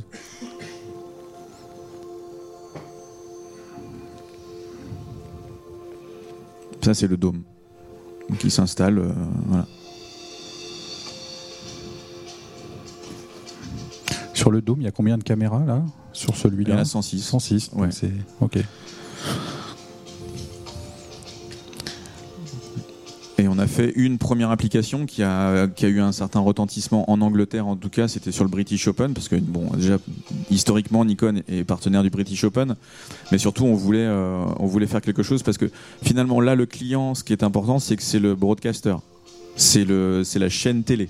Ça, c'est le dôme qui s'installe. Euh, voilà. Sur le dôme, il y a combien de caméras là ? Sur celui-là ? Il y en a cent six. cent six. Ouais. C'est... Ok. Et on a fait une première application qui a, qui a eu un certain retentissement en Angleterre, en tout cas, c'était sur le British Open, parce que bon, déjà historiquement Nikon est partenaire du British Open, mais surtout on voulait, euh, on voulait faire quelque chose parce que finalement là le client, ce qui est important, c'est que c'est le broadcaster, c'est le, c'est la chaîne télé.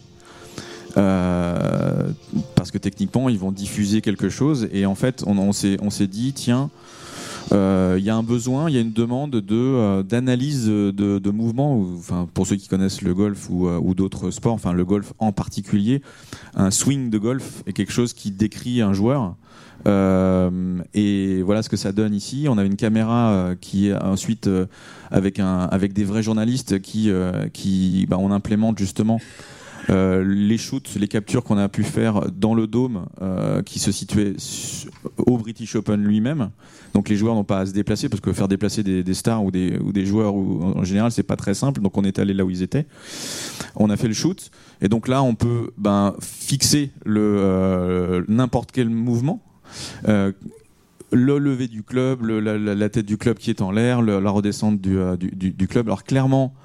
Euh, parce que techniquement ils vont diffuser quelque chose et en fait on, on s'est, on s'est dit tiens. Il euh, y a un besoin, il y a une demande de, euh, d'analyse de, de mouvement, ou, enfin, pour ceux qui connaissent le golf ou, euh, ou d'autres sports, enfin le golf en particulier, un swing de golf est quelque chose qui décrit un joueur. Euh, et voilà ce que ça donne ici. On a une caméra euh, qui est ensuite euh, avec, un, avec des vrais journalistes qui, euh, qui bah, on implémente justement Euh, les shoots, les captures qu'on a pu faire dans le dôme euh, qui se situait au British Open lui-même. Donc les joueurs n'ont pas à se déplacer parce que faire déplacer des, des stars ou des, ou des joueurs ou, en général c'est pas très simple. Donc on est allé là où ils étaient. On a fait le shoot et donc là on peut ben, fixer le, euh, n'importe quel mouvement. Euh, le lever du club, le, la, la tête du club qui est en l'air, le, la redescente du, du, du, du club. Alors clairement,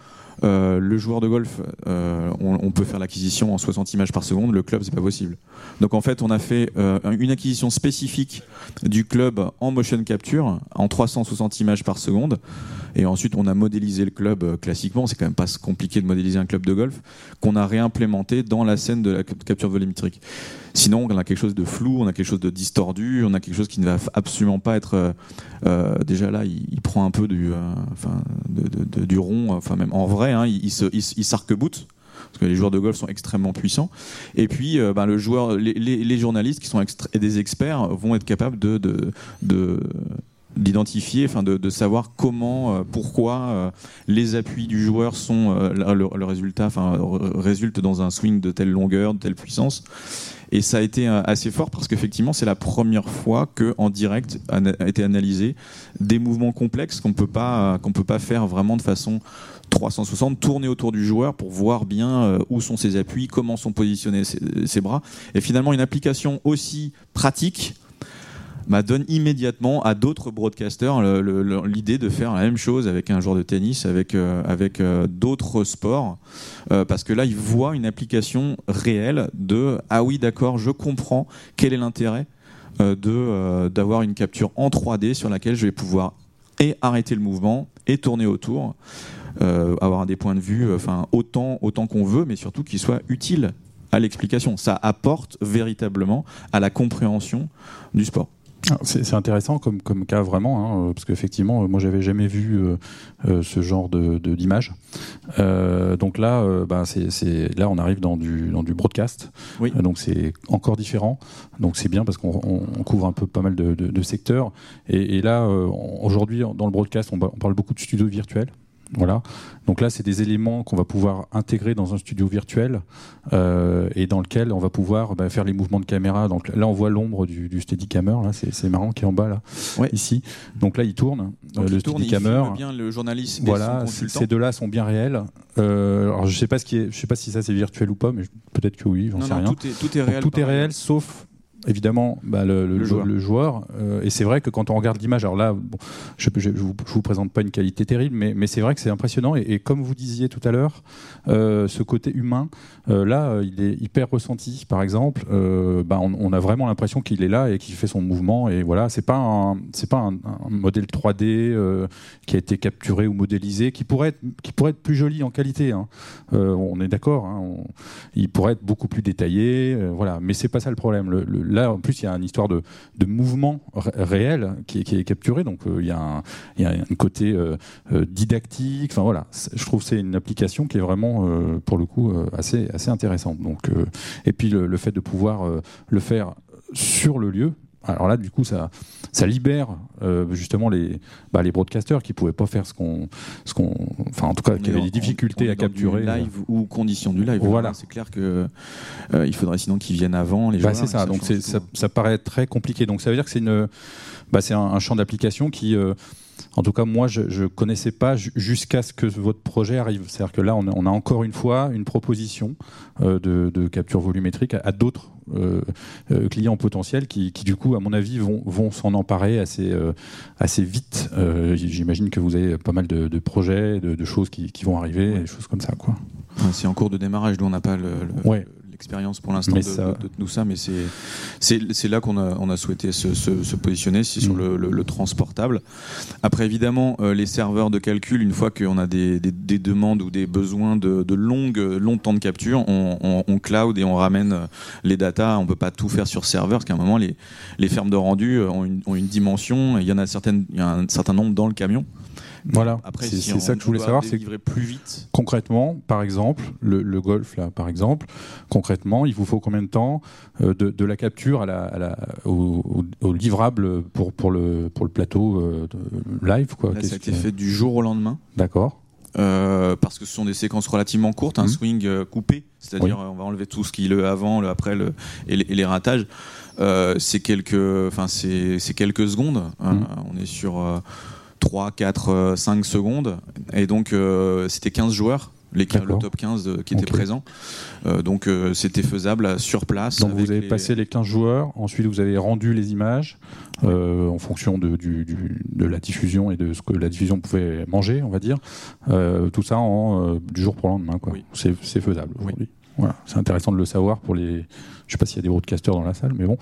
Euh, le joueur de golf, euh, on, on peut faire l'acquisition en soixante images par seconde. Le club, c'est pas possible. Donc en fait, on a fait euh, une acquisition spécifique du club en motion capture en trois cent soixante images par seconde. Et ensuite, on a modélisé le club euh, classiquement. C'est quand même pas compliqué de modéliser un club de golf, qu'on a réimplémenté dans la scène de la capture volumétrique. Sinon, on a quelque chose de flou, on a quelque chose de distordu, on a quelque chose qui ne va absolument pas être. Euh, euh, déjà là, il, il prend un peu du, euh, enfin, de, de, de, du rond, enfin même en vrai, hein, il, il, se, il, il s'arc-boute. Parce que les joueurs de golf sont extrêmement puissants. Et puis, euh, ben, le joueur, les, les, les journalistes qui sont extra- et des experts vont être capables de, de, de d'identifier, enfin de, de savoir comment, euh, pourquoi euh, les appuis du joueur sont euh, le, le résultat, enfin résulte dans un swing de telle longueur, de telle puissance. Et ça a été euh, assez fort parce qu'effectivement, c'est la première fois que en direct a, a été analysé des mouvements complexes qu'on peut pas, euh, qu'on peut pas faire vraiment de façon trois cent soixante, tourner autour du joueur pour voir bien euh, où sont ses appuis, comment sont positionnés ses, ses bras. Et finalement, une application aussi pratique bah, donne immédiatement à d'autres broadcasters le, le, le, l'idée de faire la même chose avec un joueur de tennis, avec, euh, avec euh, d'autres sports, euh, parce que là, ils voient une application réelle de « Ah oui, d'accord, je comprends quel est l'intérêt euh, de, euh, d'avoir une capture en trois D sur laquelle je vais pouvoir et arrêter le mouvement et tourner autour, euh, avoir des points de vue enfin, autant, autant qu'on veut, mais surtout qu'ils soient utiles à l'explication. Ça apporte véritablement à la compréhension du sport. C'est, c'est intéressant comme, comme cas vraiment, hein, parce qu'effectivement, moi j'avais jamais vu euh, euh, ce genre de, de, d'image. Euh, donc là, euh, bah, c'est, c'est, là, on arrive dans du, dans du broadcast, oui. euh, donc c'est encore différent. Donc c'est bien parce qu'on on, on couvre un peu pas mal de, de, de secteurs. Et, et là, euh, aujourd'hui, dans le broadcast, on, on parle beaucoup de studios virtuels. Voilà. Donc là, c'est des éléments qu'on va pouvoir intégrer dans un studio virtuel euh, et dans lequel on va pouvoir bah, faire les mouvements de caméra. Donc là, on voit l'ombre du, du Steadicammer. Là, c'est, c'est marrant qui est en bas là, ouais. ici. Donc là, il tourne. Donc euh, il le tourne, Steadicammer. Il bien le journaliste. Voilà. Et son consultant. Ces deux-là sont bien réels. Euh, alors je sais pas ce qui est, je sais pas si ça c'est virtuel ou pas, mais peut-être que oui. J'en non, sais non, rien. Tout est, tout est réel. Donc, tout est réel, sauf évidemment bah, le, le, le joueur, le joueur. Euh, et c'est vrai que quand on regarde l'image, alors là bon, je ne vous, vous présente pas une qualité terrible, mais, mais c'est vrai que c'est impressionnant et, et comme vous disiez tout à l'heure, euh, ce côté humain euh, là euh, il est hyper ressenti. Par exemple euh, bah, on, on a vraiment l'impression qu'il est là et qu'il fait son mouvement et voilà, c'est pas un, c'est pas un, un modèle trois D euh, qui a été capturé ou modélisé, qui pourrait être, qui pourrait être plus joli en qualité, hein. euh, on est d'accord, hein, on, il pourrait être beaucoup plus détaillé, euh, voilà, mais c'est pas ça le problème. Le, le, Là, en plus, il y a une histoire de, de mouvement r- réel qui est, qui est capturé. Donc, euh, il y a un, il y a un côté euh, euh, didactique. Enfin, voilà. C'est, je trouve que c'est une application qui est vraiment, euh, pour le coup, euh, assez, assez intéressante. Donc, euh, et puis, le, le fait de pouvoir euh, le faire sur le lieu. Alors là, du coup, ça, ça libère euh, justement les, bah, les broadcasters qui pouvaient pas faire ce qu'on, ce qu'on, enfin en tout cas, qui avaient des difficultés on, on à capturer. Du live ou conditions du live. Voilà. C'est clair que euh, il faudrait sinon qu'ils viennent avant les bah, joueurs. C'est ça. Donc c'est, ça, ça paraît très compliqué. Donc ça veut dire que c'est une, bah, c'est un, un champ d'application qui euh, en tout cas, moi, je ne connaissais pas jusqu'à ce que votre projet arrive. C'est-à-dire que là, on a, on a encore une fois une proposition euh, de, de capture volumétrique à, à d'autres euh, euh, clients potentiels qui, qui, du coup, à mon avis, vont, vont s'en emparer assez, euh, assez vite. Euh, j'imagine que vous avez pas mal de, de projets, de, de choses qui, qui vont arriver, ouais. Des choses comme ça, quoi. C'est en cours de démarrage, nous on n'a pas le, le, ouais. l'expérience pour l'instant de, ça... de, de tout ça, mais c'est, c'est, c'est là qu'on a, on a souhaité se, se, se positionner, c'est sur mmh. le, le, le transportable. Après évidemment, euh, les serveurs de calcul, une fois qu'on a des, des, des demandes ou des besoins de, de longues, longs temps de capture, on, on, on cloud et on ramène les datas, on ne peut pas tout faire sur serveur, parce qu'à un moment les, les fermes de rendu ont une, ont une dimension, et il y en a certaines, il y a un certain nombre dans le camion. Voilà, après, c'est, si c'est ça que je voulais savoir, c'est que plus vite. Concrètement, par exemple, le, le golf là, par exemple, concrètement, il vous faut combien de temps euh, de, de la capture à la, à la, au, au, au livrable pour, pour, le, pour le plateau euh, de live quoi. Là, Qu'est-ce ça a été que... fait du jour au lendemain. D'accord. Euh, parce que ce sont des séquences relativement courtes, un mmh. swing euh, coupé, c'est-à-dire oui. on va enlever tout ce qui est le avant, le après, le, et, les, et les ratages. Euh, c'est quelques, enfin c'est, c'est quelques secondes. Mmh. Euh, on est sur euh, trois, quatre, cinq secondes. Et donc, euh, c'était quinze joueurs les, le top quinze euh, qui était okay. présent. Euh, donc euh, c'était faisable sur place. Donc vous avez les... passé les quinze joueurs, ensuite vous avez rendu les images euh, en fonction de, du, du, de la diffusion et de ce que la diffusion pouvait manger, on va dire. Euh, tout ça en, euh, du jour pour le lendemain, quoi. Oui. C'est, c'est faisable aujourd'hui. Oui. Voilà, c'est intéressant de le savoir pour les. Je ne sais pas s'il y a des broadcasters dans la salle, mais bon.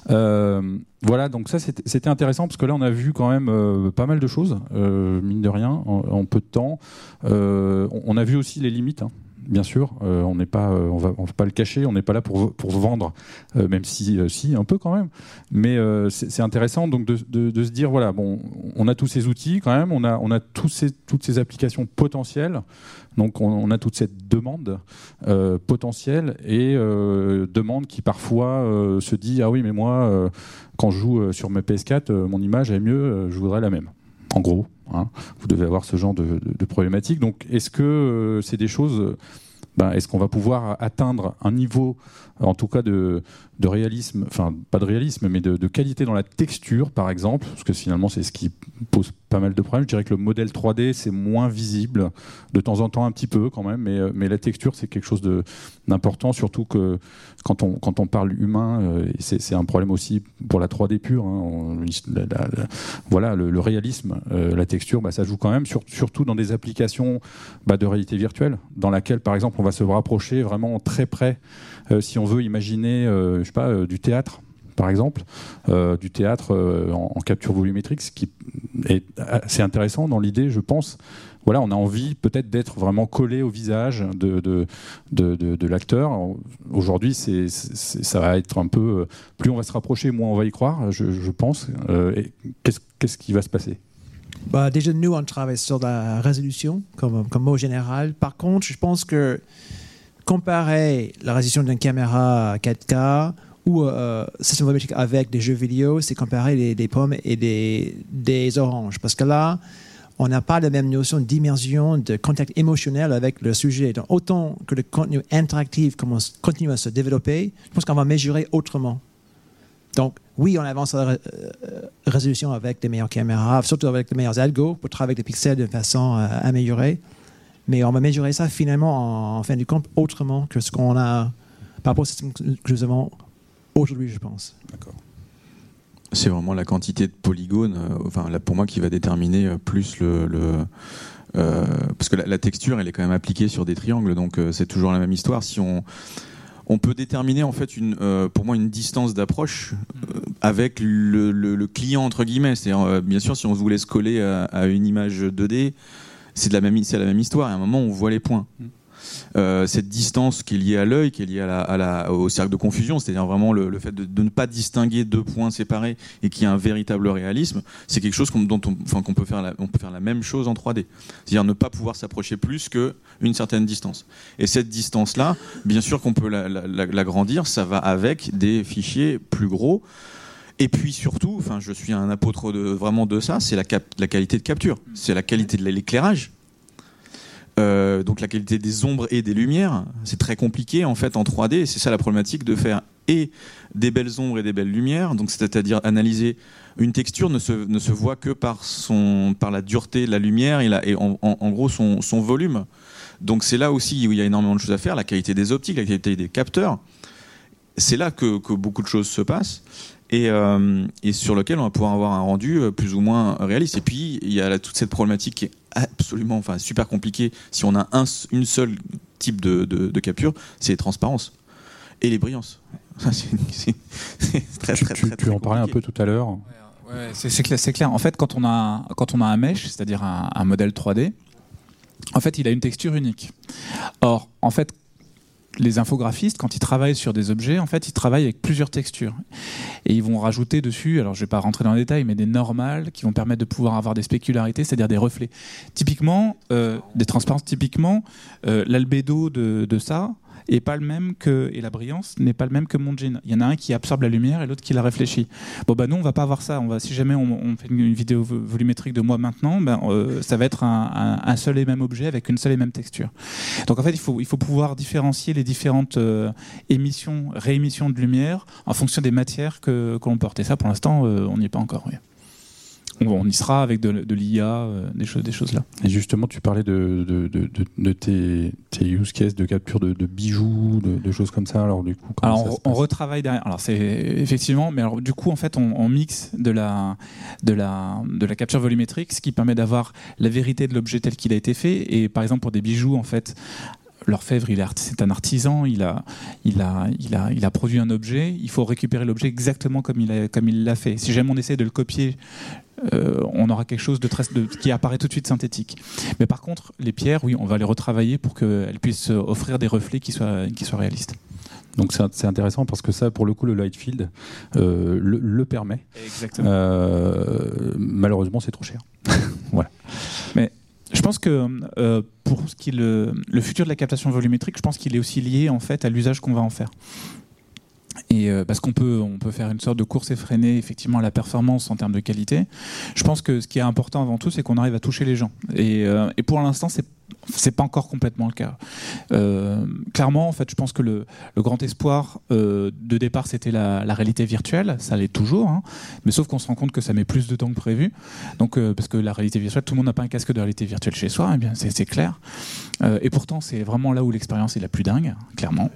Euh, voilà, donc ça c'était, c'était intéressant parce que là on a vu quand même euh, pas mal de choses, euh, mine de rien, en, en peu de temps. Euh, on, on a vu aussi les limites. Hein. Bien sûr, euh, on n'est pas, euh, on va, on va pas le cacher, on n'est pas là pour pour vendre, euh, même si, euh, si un peu quand même. Mais euh, c'est, c'est intéressant donc de, de, de se dire voilà, bon, on a tous ces outils quand même, on a, on a tous ces, toutes ces applications potentielles. Donc on, on a toute cette demande euh, potentielle et euh, demande qui parfois euh, se dit ah oui mais moi euh, quand je joue sur ma P S quatre, euh, mon image est mieux, euh, je voudrais la même. En gros, hein, vous devez avoir ce genre de, de, de problématique. Donc, est-ce que euh, c'est des choses euh, ben, est-ce qu'on va pouvoir atteindre un niveau, en tout cas de, de réalisme, enfin pas de réalisme, mais de, de qualité dans la texture, par exemple, parce que finalement c'est ce qui pose pas mal de problèmes. Je dirais que le modèle trois D c'est moins visible, de temps en temps un petit peu quand même, mais, mais la texture c'est quelque chose de, d'important, surtout que quand on, quand on parle humain, euh, c'est, c'est un problème aussi pour la trois D pure. Hein, on, la, la, la, voilà, le, le réalisme, euh, la texture, bah, ça joue quand même, sur, surtout dans des applications bah, de réalité virtuelle, dans laquelle par exemple on va se rapprocher vraiment très près, euh, si on veut imaginer, euh, je sais pas, euh, du théâtre. Par exemple, euh, du théâtre euh, en, en capture volumétrique, ce qui est assez intéressant dans l'idée, je pense. Voilà, on a envie peut-être d'être vraiment collé au visage de, de, de, de, de l'acteur. Aujourd'hui, c'est, c'est, ça va être un peu... Plus on va se rapprocher, moins on va y croire, je, je pense. Euh, et qu'est-ce, qu'est-ce qui va se passer ? Bah, déjà, nous, on travaille sur la résolution comme, comme mot général. Par contre, je pense que comparer la résolution d'une caméra quatre K ou euh, système volumétrique avec des jeux vidéo, c'est comparer les, des pommes et des, des oranges. Parce que là, on n'a pas la même notion d'immersion, de contact émotionnel avec le sujet. Donc, autant que le contenu interactif commence, continue à se développer, je pense qu'on va mesurer autrement. Donc, oui, on avance à la ré- euh, résolution avec des meilleures caméras, surtout avec les meilleurs algos pour travailler avec les pixels de façon euh, améliorée. Mais on va mesurer ça finalement, en, en fin de compte, autrement que ce qu'on a par rapport au système que nous avons aujourd'hui, je pense. D'accord. C'est vraiment la quantité de polygones, euh, enfin, là, pour moi, qui va déterminer euh, plus le... le euh, parce que la, la texture, elle est quand même appliquée sur des triangles, donc euh, c'est toujours la même histoire. Si on... On peut déterminer en fait une, euh, pour moi une distance d'approche euh, avec le, le, le client entre guillemets. C'est-à-dire, euh, bien sûr, si on voulait se coller à, à une image deux D, c'est de la même, c'est la même histoire. À un moment, on voit les points. Euh, cette distance qui est liée à l'œil, qui est liée à la, à la, au cercle de confusion, c'est-à-dire vraiment le, le fait de, de ne pas distinguer deux points séparés et qu'il y a un véritable réalisme, c'est quelque chose qu'on, dont on, enfin, qu'on peut faire la, on peut faire la même chose en trois D. C'est-à-dire ne pas pouvoir s'approcher plus qu'une certaine distance. Et cette distance-là, bien sûr qu'on peut la, la, la, l'agrandir, ça va avec des fichiers plus gros. Et puis surtout, enfin, je suis un apôtre de, vraiment de ça, c'est la, cap, la qualité de capture, c'est la qualité de l'éclairage. Euh, donc la qualité des ombres et des lumières, c'est très compliqué en fait en trois D, et c'est ça la problématique de faire et des belles ombres et des belles lumières, donc c'est-à-dire analyser une texture ne se, ne se voit que par, son, par la dureté de la lumière et, la, et en, en, en gros son, son volume. Donc c'est là aussi où il y a énormément de choses à faire, la qualité des optiques, la qualité des capteurs, c'est là que, que beaucoup de choses se passent. Et, euh, et sur lequel on va pouvoir avoir un rendu plus ou moins réaliste. Et puis il y a là, toute cette problématique qui est absolument, enfin super compliquée si on a un, une seule type de, de, de capture, c'est les transparences et les brillances. Ça, c'est, c'est, c'est très, tu, très, tu, très, tu très en parlais un peu tout à l'heure. Ouais, ouais, c'est, c'est, clair, c'est clair. En fait, quand on a, quand on a un mesh, c'est-à-dire un, un modèle trois D, en fait, il a une texture unique. Or, en fait, les infographistes, quand ils travaillent sur des objets, en fait, ils travaillent avec plusieurs textures. Et ils vont rajouter dessus, alors je ne vais pas rentrer dans les détails, mais des normales qui vont permettre de pouvoir avoir des spécularités, c'est-à-dire des reflets. Typiquement, euh, des transparences, typiquement, euh, l'albédo de, de ça est pas le même que, et la brillance n'est pas le même que mon jean. Il y en a un qui absorbe la lumière et l'autre qui la réfléchit. Bon, bah, nous, on va pas avoir ça. On va, si jamais on, on fait une vidéo volumétrique de moi maintenant, ben, euh, ça va être un, un, un seul et même objet avec une seule et même texture. Donc, en fait, il faut, il faut pouvoir différencier les différentes euh, émissions, réémissions de lumière en fonction des matières que, que l'on porte. Et ça, pour l'instant, euh, on n'y est pas encore. Oui. on, on y sera avec de, de l'I A, euh, des choses, des choses là. Et justement, tu parlais de, de, de, de, de tes, tes use cases de capture de, de bijoux, de, de choses comme ça. Alors du coup, comment alors ça on, se passe ? on retravaille derrière. Alors c'est effectivement, mais alors du coup en fait on, on mixe de la de la de la capture volumétrique, ce qui permet d'avoir la vérité de l'objet tel qu'il a été fait. Et par exemple pour des bijoux en fait. L'orfèvre, il est, c'est un artisan, il a, il, a, il, a, il a produit un objet, il faut récupérer l'objet exactement comme il, a, comme il l'a fait. Si jamais on essaie de le copier, euh, on aura quelque chose de très, de, qui apparaît tout de suite synthétique. Mais par contre, les pierres, oui, on va les retravailler pour qu'elles puissent offrir des reflets qui soient, qui soient réalistes. Donc c'est, c'est intéressant parce que ça, pour le coup, le Lightfield euh, le, le permet. Exactement. Euh, malheureusement, c'est trop cher. Voilà. Mais je pense que euh, pour ce qui est le, le futur de la captation volumétrique, je pense qu'il est aussi lié en fait à l'usage qu'on va en faire. Et euh, parce qu'on peut, on peut faire une sorte de course effrénée effectivement à la performance en termes de qualité. Je pense que ce qui est important avant tout, c'est qu'on arrive à toucher les gens. Et, euh, et pour l'instant, c'est c'est pas encore complètement le cas. Euh, clairement, en fait, je pense que le, le grand espoir euh, de départ, c'était la, la réalité virtuelle. Ça l'est toujours, hein, mais sauf qu'on se rend compte que ça met plus de temps que prévu. Donc, euh, parce que la réalité virtuelle, tout le monde n'a pas un casque de réalité virtuelle chez soi, eh bien, c'est, c'est clair. Euh, et pourtant, c'est vraiment là où l'expérience est la plus dingue, clairement.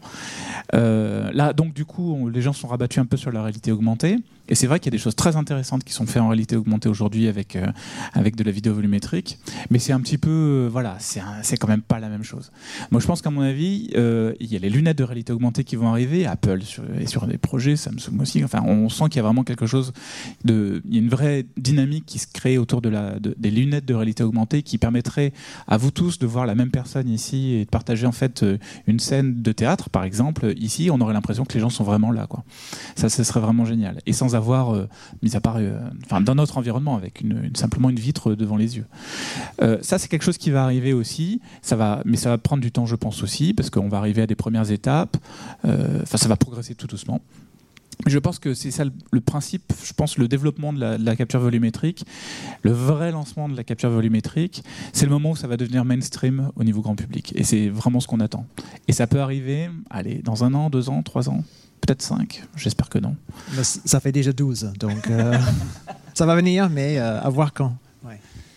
Euh, là, donc, du coup, on, les gens sont rabattus un peu sur la réalité augmentée. Et c'est vrai qu'il y a des choses très intéressantes qui sont faites en réalité augmentée aujourd'hui avec, euh, avec de la vidéo volumétrique. Mais c'est un petit peu, euh, voilà, c'est, un, c'est quand même pas la même chose. Moi, je pense qu'à mon avis, euh, il y a les lunettes de réalité augmentée qui vont arriver, Apple sur, et sur des projets, Samsung aussi. Enfin, on sent qu'il y a vraiment quelque chose de, il y a une vraie dynamique qui se crée autour de la, de, des lunettes de réalité augmentée qui permettrait à vous tous de voir la même personne ici et de partager en fait une scène de théâtre, par exemple. Ici, on aurait l'impression que les gens sont vraiment là, quoi. Ça, ce serait vraiment génial. Et sans avoir, euh, mis à part, euh, enfin, dans notre environnement, avec une, une, simplement une vitre devant les yeux. Euh, ça, c'est quelque chose qui va arriver aussi. Ça va, mais ça va prendre du temps, je pense aussi, parce qu'on va arriver à des premières étapes. Euh, enfin, ça va progresser tout doucement. Je pense que c'est ça le, le principe, je pense, le développement de la, de la capture volumétrique, le vrai lancement de la capture volumétrique, c'est le moment où ça va devenir mainstream au niveau grand public. Et c'est vraiment ce qu'on attend. Et ça peut arriver, allez, dans un an, deux ans, trois ans, peut-être cinq, j'espère que non. Ça fait déjà douze, donc euh, ça va venir, mais euh, à voir quand. Ouais.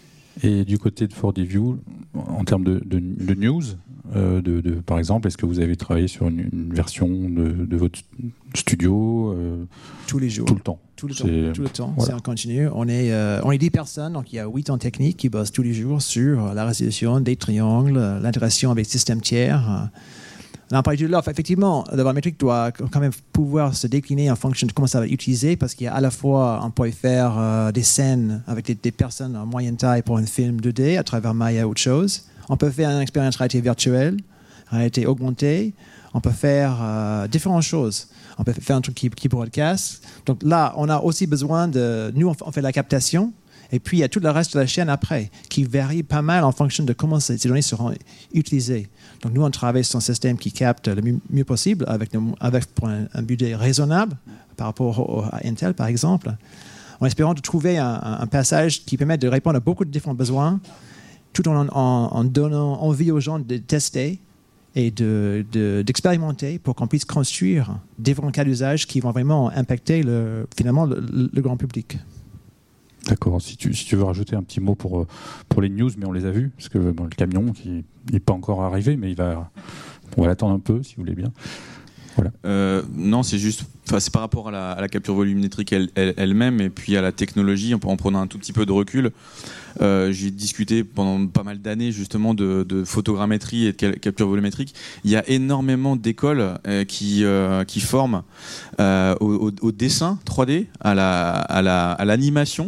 Et du côté de four D View, en termes de, de, de news, euh, de, de, par exemple, est-ce que vous avez travaillé sur une, une version de, de votre studio euh, tous les jours, tout le temps, tout le temps, tout le temps. Voilà. C'est en continu. On est, euh, on est dix personnes, donc il y a huit en technique qui bossent tous les jours sur la résolution des triangles, l'intégration avec système tiers. Là, par exemple, effectivement, la volumétrique doit quand même pouvoir se décliner en fonction de comment ça va être utilisé, parce qu'il y a à la fois, on peut faire euh, des scènes avec des, des personnes en moyenne taille pour un film deux D à travers Maya ou autre chose. On peut faire une expérience réalité virtuelle, réalité augmentée. On peut faire euh, différentes choses. On peut faire un truc qui, qui broadcast. Donc là, on a aussi besoin de... Nous, on fait la captation. Et puis, il y a tout le reste de la chaîne après, qui varie pas mal en fonction de comment ces données seront utilisées. Donc, nous, on travaille sur un système qui capte le mieux, mieux possible, avec, avec pour un, un budget raisonnable par rapport au, à Intel, par exemple, en espérant de trouver un, un passage qui permette de répondre à beaucoup de différents besoins, tout en, en, en donnant envie aux gens de tester et de, de, d'expérimenter pour qu'on puisse construire différents cas d'usage qui vont vraiment impacter le, finalement le, le grand public. D'accord. Si tu, si tu veux rajouter un petit mot pour, pour les news, mais on les a vus, parce que bon, le camion qui n'est pas encore arrivé, mais il va, on va l'attendre un peu, si vous voulez bien. Voilà. Euh, non, c'est juste, c'est par rapport à la, à la capture volumétrique elle, elle, elle-même et puis à la technologie, en, en prenant un tout petit peu de recul. Euh, j'ai discuté pendant pas mal d'années justement de, de photogrammétrie et de capture volumétrique. Il y a énormément d'écoles euh, qui, euh, qui forment euh, au, au, au dessin trois D, à, la, à, la, à l'animation.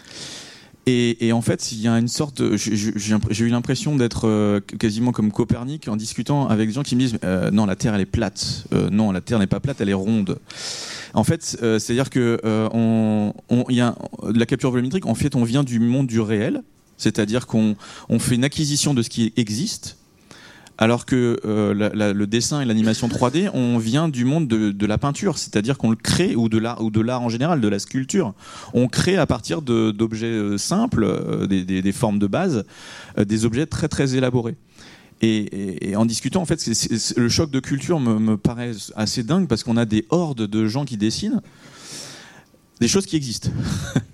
Et, et en fait, il y a une sorte, de, j'ai, j'ai eu l'impression d'être euh, quasiment comme Copernic en discutant avec des gens qui me disent euh, non, la Terre elle est plate. Euh, non, la Terre n'est pas plate, elle est ronde. En fait, euh, c'est-à-dire que euh, on, on, y a la capture volumétrique. En fait, on vient du monde du réel, c'est-à-dire qu'on on fait une acquisition de ce qui existe. Alors que euh, la, la, le dessin et l'animation trois D, on vient du monde de, de la peinture, c'est-à-dire qu'on le crée, ou de l'art, ou de l'art en général, de la sculpture. On crée à partir de, d'objets simples, euh, des, des, des formes de base, euh, des objets très très élaborés. Et, et, et en discutant, en fait, c'est, c'est, le choc de culture me, me paraît assez dingue parce qu'on a des hordes de gens qui dessinent des choses qui existent.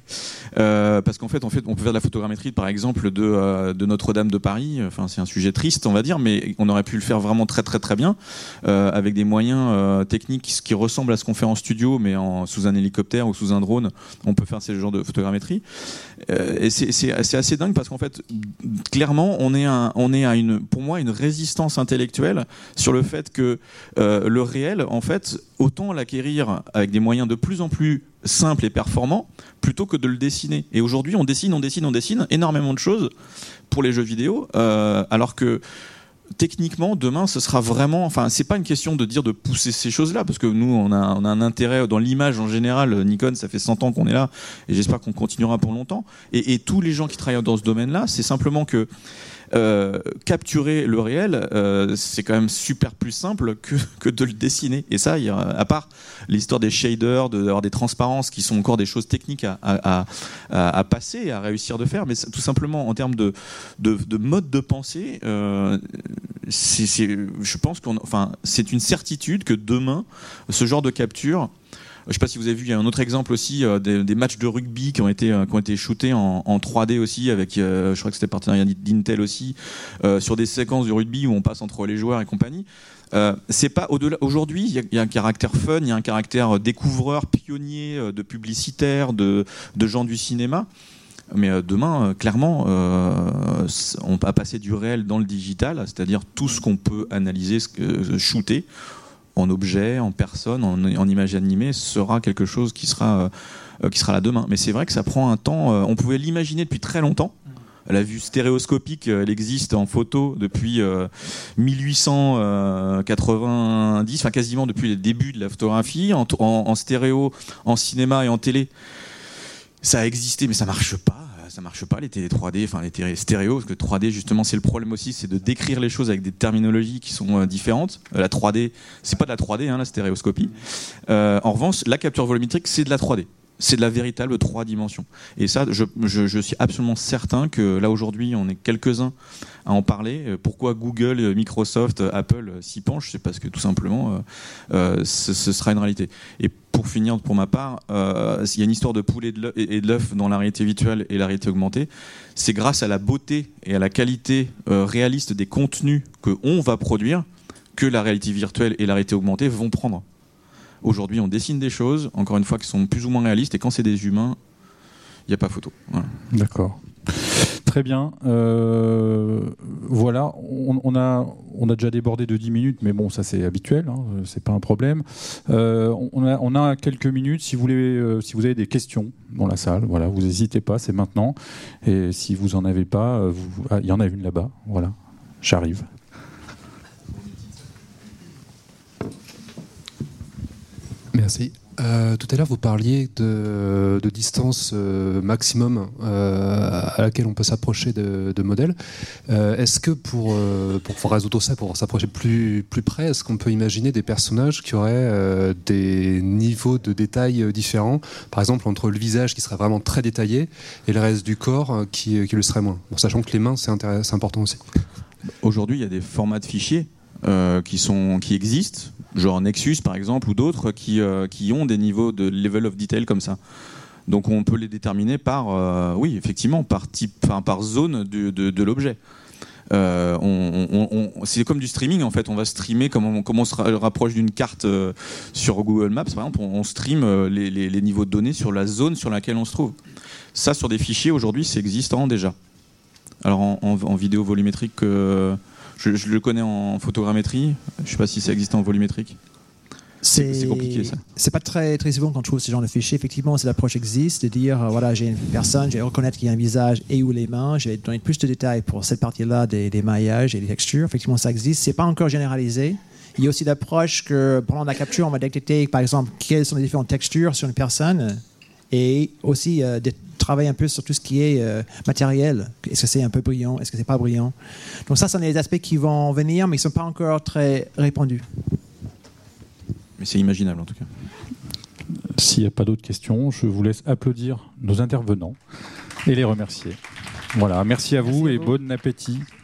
Euh, parce qu'en fait, en fait, on peut faire de la photogrammétrie, par exemple, de, euh, de Notre-Dame de Paris. Enfin, c'est un sujet triste, on va dire, mais on aurait pu le faire vraiment très très très bien, euh, avec des moyens euh, techniques qui, qui ressemblent à ce qu'on fait en studio, mais en, sous un hélicoptère ou sous un drone, on peut faire ce genre de photogrammétrie. Euh, et c'est, c'est, c'est assez dingue parce qu'en fait, clairement, on est, un, on est à une, pour moi, une résistance intellectuelle sur le fait que euh, le réel, en fait, autant l'acquérir avec des moyens de plus en plus simples et performants, plutôt que de le dessiner. Et aujourd'hui, on dessine, on dessine, on dessine énormément de choses pour les jeux vidéo, euh, alors que techniquement, demain, ce sera vraiment. Enfin, c'est pas une question de dire de pousser ces choses-là, parce que nous, on a, on a un intérêt dans l'image en général. Nikon, ça fait cent ans qu'on est là, et j'espère qu'on continuera pour longtemps. Et, et tous les gens qui travaillent dans ce domaine-là, c'est simplement que euh, capturer le réel, euh, c'est quand même super plus simple que, que de le dessiner. Et ça, il y a, à part l'histoire des shaders, d'avoir des transparences, qui sont encore des choses techniques à, à, à, à passer, à réussir de faire, mais tout simplement en termes de, de, de mode de pensée. Euh, C'est, c'est, je pense qu'on, enfin, c'est une certitude que demain, ce genre de capture. Je ne sais pas si vous avez vu, il y a un autre exemple aussi, euh, des, des matchs de rugby qui ont été, euh, qui ont été shootés en, en trois D aussi, avec, euh, je crois que c'était partenariat d'Intel aussi, euh, sur des séquences de rugby où on passe entre les joueurs et compagnie. Euh, c'est pas au-delà. Aujourd'hui, il y, y a un caractère fun, il y a un caractère découvreur, pionnier, euh, de publicitaire, de, de gens du cinéma. Mais euh, demain, euh, clairement, euh, on va passer du réel dans le digital, c'est-à-dire tout ce qu'on peut analyser, ce que, euh, shooter, en objet, en personne, en, en image animée, sera quelque chose qui sera, euh, qui sera là demain. Mais c'est vrai que ça prend un temps. Euh, on pouvait l'imaginer depuis très longtemps. La vue stéréoscopique, elle existe en photo depuis euh, mille huit cent quatre-vingt-dix, enfin quasiment depuis les débuts de la photographie, en, en, en stéréo, en cinéma et en télé. Ça a existé, mais ça marche pas. Ça marche pas, les télé trois D, enfin les télé stéréo, parce que trois D, justement, c'est le problème aussi, c'est de décrire les choses avec des terminologies qui sont euh, différentes. Euh, la trois D, c'est pas de la trois D, hein, la stéréoscopie. Euh, en revanche, la capture volumétrique, c'est de la trois D. C'est de la véritable trois dimensions. Et ça, je, je, je suis absolument certain que là, aujourd'hui, on est quelques-uns à en parler. Pourquoi Google, Microsoft, Apple s'y penchent ? C'est parce que tout simplement, euh, euh, ce, ce sera une réalité. Et pour finir, pour ma part, euh, il y a une histoire de poulet et de l'œuf dans la réalité virtuelle et la réalité augmentée. C'est grâce à la beauté et à la qualité euh, réaliste des contenus qu'on va produire que la réalité virtuelle et la réalité augmentée vont prendre. Aujourd'hui, on dessine des choses, encore une fois, qui sont plus ou moins réalistes, et quand c'est des humains, il n'y a pas photo. Voilà. D'accord. Très bien. Euh, voilà, on, on, a, on a déjà débordé de dix minutes, mais bon, ça c'est habituel, hein, c'est pas un problème. Euh, on, a, on a quelques minutes. Si vous, voulez, euh, si vous avez des questions dans la salle, voilà, vous n'hésitez pas, c'est maintenant. Et si vous n'en avez pas, il ah, y en a une là-bas. Voilà, j'arrive. Merci. Euh, tout à l'heure, vous parliez de, de distance euh, maximum euh, à laquelle on peut s'approcher de, de modèles. Euh, est-ce que pour, euh, pour pouvoir résoudre ça, pour s'approcher plus, plus près, est-ce qu'on peut imaginer des personnages qui auraient euh, des niveaux de détail différents, par exemple entre le visage qui serait vraiment très détaillé et le reste du corps qui, qui le serait moins, bon, sachant que les mains, c'est, intéress- c'est important aussi. Aujourd'hui, il y a des formats de fichiers euh, qui, sont, qui existent, genre Nexus par exemple, ou d'autres qui, euh, qui ont des niveaux de level of detail comme ça. Donc on peut les déterminer par, euh, oui, effectivement, par type, enfin, par zone de, de, de l'objet. Euh, on, on, on, c'est comme du streaming en fait. On va streamer comme on, comme on se rapproche d'une carte euh, sur Google Maps par exemple. On, on stream euh, les, les, les niveaux de données sur la zone sur laquelle on se trouve. Ça, sur des fichiers aujourd'hui, c'est existant déjà. Alors en, en, en vidéo volumétrique. Euh, Je, je le connais en photogrammétrie. Je ne sais pas si ça existe en volumétrique. C'est, c'est compliqué ça. C'est pas très, très souvent quand je trouve ce genre de fichier. Effectivement, cette approche existe de dire euh, voilà, j'ai une personne, je vais reconnaître qu'il y a un visage et ou les mains. Je vais donner plus de détails pour cette partie-là des, des maillages et des textures. Effectivement, ça existe. C'est pas encore généralisé. Il y a aussi l'approche que pendant la capture, on va détecter, par exemple, quelles sont les différentes textures sur une personne et aussi euh, de travailler un peu sur tout ce qui est euh, matériel. Est-ce que c'est un peu brillant? Est-ce que c'est pas brillant? Donc ça, ce sont des aspects qui vont venir, mais ils ne sont pas encore très répandus. Mais c'est imaginable en tout cas. S'il n'y a pas d'autres questions, je vous laisse applaudir nos intervenants et les remercier. Voilà, merci à vous merci et à vous. Bon appétit.